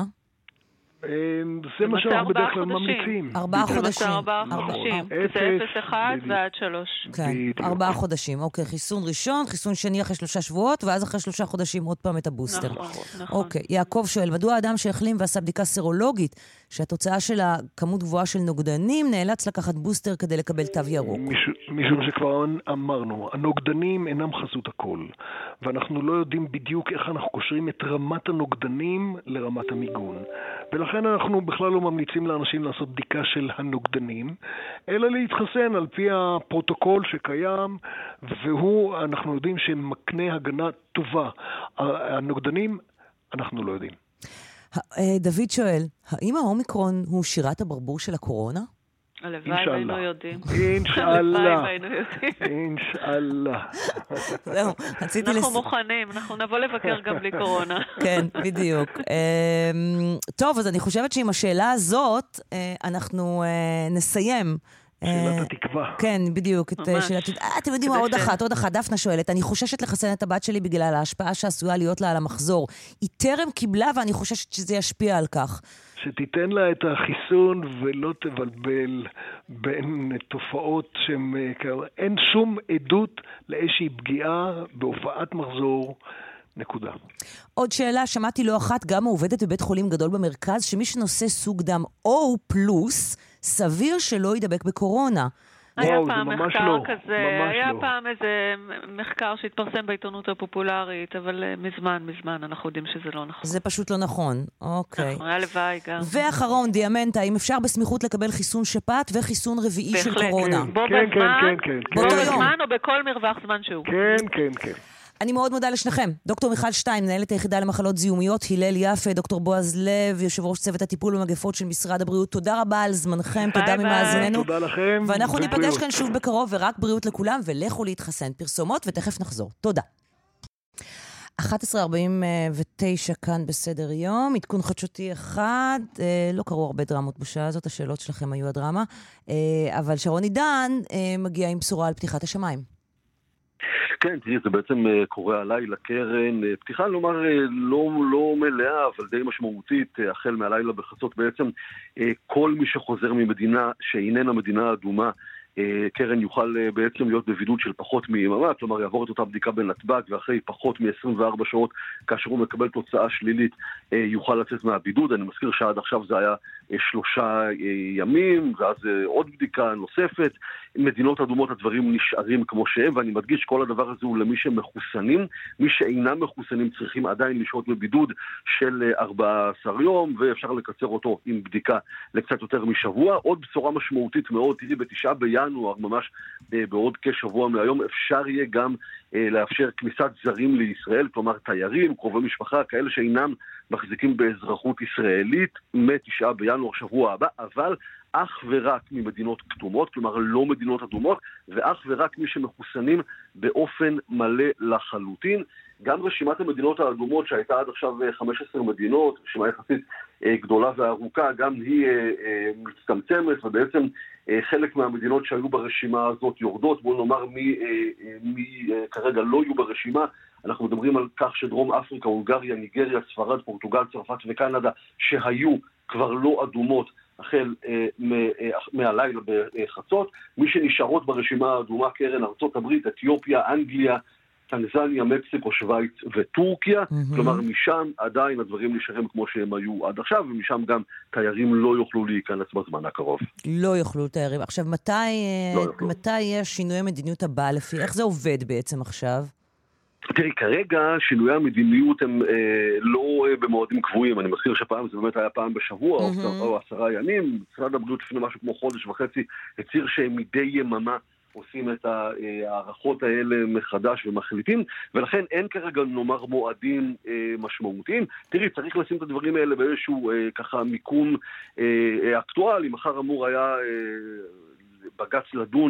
זה מה שאנחנו בדרך כלל ממליצים. ארבעה חודשים. ארבעה חודשים. זה אפס אחד ועד שלוש. כן, ארבעה חודשים. אוקיי, חיסון ראשון, חיסון שני אחרי שלושה שבועות, ואז אחרי שלושה חודשים עוד פעם את הבוסטר. נכון, נכון. אוקיי, יעקב שואל, מדוע האדם שהחלים ועשה בדיקה סרולוגית, שהתוצאה שלה כמות גבוהה של נוגדנים, נאלץ לקחת בוסטר כדי לקבל תו ירוק? משום שכבר אמרנו, הנוגדנים אינם חזות הכל, ואנחנו לא יודעים בדיוק איך אנחנו קושרים את רמת הנוגדנים לרמת המיגון. ולכן אנחנו בכלל לא ממליצים לאנשים לעשות בדיקה של הנוגדנים, אלא להתחסן על פי הפרוטוקול שקיים, והוא, אנחנו יודעים שמקנה הגנה טובה. הנוגדנים, אנחנו לא יודעים. דוד שואל, האם האומיקרון הוא שירת הברבור של הקורונה? הלוואי והיינו יודעים. אינשאללה. אינשאללה. זהו, רציתי לס... אנחנו מוכנים, אנחנו נבוא לבקר גם בלי קורונה. כן, בדיוק. טוב, אז אני חושבת שעם השאלה הזאת אנחנו נסיים. שאלת התקווה. כן, בדיוק. אתם יודעים מה, עוד אחת, עוד אחת. דפנה שואלת, אני חוששת לחסן את הבת שלי בגלל ההשפעה שעשויה להיות לה על המחזור. היא טרם קיבלה ואני חוששת שזה ישפיע על כך. שתיתן לה את החיסון ולא תבלבל בין תופעות שהן, אין שום עדות לאיזושהי פגיעה בהופעת מחזור. נקודה. עוד שאלה, שמעתי לא אחת, גם העובדת בבית חולים גדול במרכז, שמי שנושא סוג דם O פלוס, סביר שלא ידבק בקורונה. היה פעם מחקר כזה, היה פעם איזה מחקר שהתפרסם בעיתונות הפופולרית, אבל מזמן, מזמן אנחנו יודעים שזה לא נכון. זה פשוט לא נכון, אוקיי. נכון, היה לוואי גם. ואחרון, דיאמנטה, אם אפשר בסמיכות לקבל חיסון שפעת וחיסון רביעי של קורונה. בו בזמן, באותו זמן או בכל מרווח זמן שהוא. כן, כן, כן. אני מאוד מודה לשניכם. דוקטור מיכל שטיין, מנהלת היחידה למחלות זיהומיות, הלל יפה, דוקטור בועז לב, יושב ראש צוות הטיפול במגפות של משרד הבריאות. תודה רבה על זמנכם, תודה ממאזיננו. תודה לכם. ואנחנו ניפגש כאן שוב בקרוב, ורק בריאות לכולם, ולכו להתחסן. פרסומות ותכף נחזור. תודה. אחת עשרה ארבעים ותשע כאן בסדר יום, עדכון חדשותי אחד, לא קרו הרבה דרמות בשעה הזאת, השאלות שלכם היו הדרמה, אבל שרון עידן מגיע עם בשורה על פתיחת השמיים. כן, תראי, זה בעצם קורה הלילה קרן, פתיחה לומר לא, לא מלאה, אבל די משמעותית, החל מהלילה בחצות בעצם, כל מי שחוזר ממדינה שאיננה מדינה אדומה, קרן יוכל בעצם להיות בבידוד של פחות מיממה, כלומר יעבור את אותה בדיקה בנתב"ג, ואחרי פחות מ-עשרים וארבע שעות, כאשר הוא מקבל תוצאה שלילית, יוכל לצאת מהבידוד. אני מזכיר שעד עכשיו זה היה שלושה ימים, ואז עוד בדיקה נוספת. מדינות אדומות הדברים נשארים כמו שהם, ואני מדגיש כל הדבר הזה הוא למי שמחוסנים. מי שאינם מחוסנים צריכים עדיין לשהות בבידוד של ארבעה עשר יום, ואפשר לקצר אותו עם בדיקה לקצת יותר משבוע. עוד בשורה משמעותית מאוד, תראי, בתשעה בינואר, ממש בעוד כשבוע מהיום, אפשר יהיה גם לאפשר כניסת זרים לישראל, כלומר תיירים, קרובי משפחה, כאלה שאינם מחזיקים באזרחות ישראלית, מתשעה בינואר שבוע הבא, אבל אך ורק ממדינות כתומות, כלומר לא מדינות אדומות, ואך ורק מי שמחוסנים באופן מלא לחלוטין. גם רשימת המדינות האדומות שהייתה עד עכשיו חמש עשרה מדינות, רשימה יחסית גדולה וארוכה, גם היא מצטמצמת, ובעצם חלק מהמדינות שהיו ברשימה הזאת יורדות. בואו נאמר מי, מי כרגע לא יהיו ברשימה. אנחנו מדברים על כך שדרום אפריקה, הונגריה, ניגריה, ספרד, פורטוגל, צרפת וקנדה, שהיו כבר לא אדומות החל אה, אה, מהלילה בחצות. מי שנשארות ברשימה האדומה, קרן, ארצות הברית, אתיופיה, אנגליה, טנזניה, מקסיקו, שוויץ וטורקיה. Mm-hmm. כלומר, משם עדיין הדברים נשארים כמו שהם היו עד עכשיו, ומשם גם תיירים לא יוכלו להיכנס בזמן הקרוב. לא יוכלו תיירים. עכשיו, מתי, לא יוכלו. מתי יש שינוי המדיניות הבא לפי? איך זה עובד בעצם עכשיו? תראי, כרגע שינויי המדיניות הם אה, לא אה, במועדים קבועים. אני מזכיר שפעם זה באמת היה פעם בשבוע, mm-hmm. או, או עשרה ימים. משרד הבריאות לפני משהו כמו חודש וחצי הצהיר שהם מדי יממה עושים את הערכות האלה מחדש ומחליטים, ולכן אין כרגע נאמר מועדים אה, משמעותיים. תראי, צריך לשים את הדברים האלה באיזשהו אה, ככה מיקום אה, אקטואלי. מחר אמור היה אה, בג"ץ לדון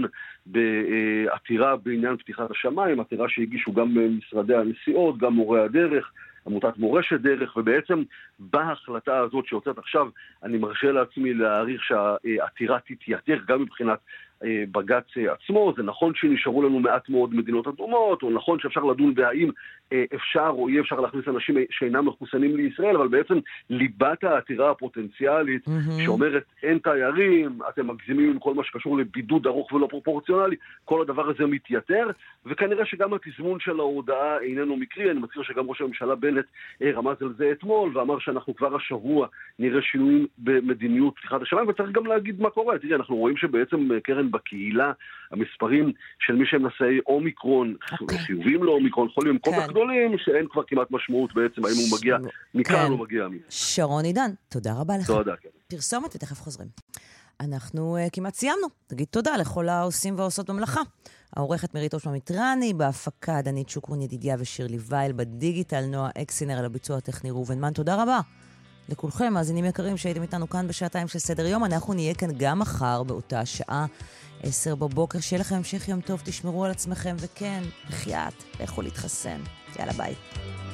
בעתירה בעניין פתיחת השמיים, עתירה שהגישו גם משרדי הנסיעות, גם מורי הדרך, עמותת מורשת דרך, ובעצם בהחלטה הזאת שיוצאת עכשיו, אני מרשה לעצמי להעריך שהעתירה תתייתר גם מבחינת בג"ץ עצמו. זה נכון שנשארו לנו מעט מאוד מדינות אדומות, או נכון שאפשר לדון בהאם אפשר או אי אפשר להכניס אנשים שאינם מחוסנים לישראל, אבל בעצם ליבת העתירה הפוטנציאלית mm-hmm. שאומרת אין תיירים, אתם מגזימים עם כל מה שקשור לבידוד ארוך ולא פרופורציונלי, כל הדבר הזה מתייתר, וכנראה שגם התזמון של ההודעה איננו מקרי. אני מזכיר שגם ראש הממשלה בנט רמז על זה אתמול, ואמר שאנחנו כבר השבוע נראה שינויים במדיניות פתיחת השמיים, וצריך גם להגיד מה קורה. תראי, אנחנו רואים שבעצם קרן בקהילה, המספרים של מי שהם נשאי אומיקרון, okay. חיובים לאומיקרון, חולים הם כל כך גדולים, שאין כבר כמעט משמעות בעצם, האם הוא מגיע מכאן או מגיע מכאן. שרון עידן, תודה רבה לך. תודה, כן. פרסומת ותכף חוזרים. אנחנו uh, כמעט סיימנו. תגיד תודה לכל העושים והעושות במלאכה. העורכת מירית אושמה מיטרני, בהפקה דנית שוקרון ידידיה ושירלי וייל, בדיגיטל נועה אקסינר, על הביצוע הטכני ראובן מן. תודה רבה לכולכם, מאזינים יקרים שהייתם איתנו כאן בשעתיים של סדר יום. אנחנו נהיה כאן גם מחר באותה שעה, עשר בבוקר. שיהיה לכם המשך יום טוב, תשמרו על עצמכם, וכן, בחייאת, לכו להתחסן. יאללה ביי.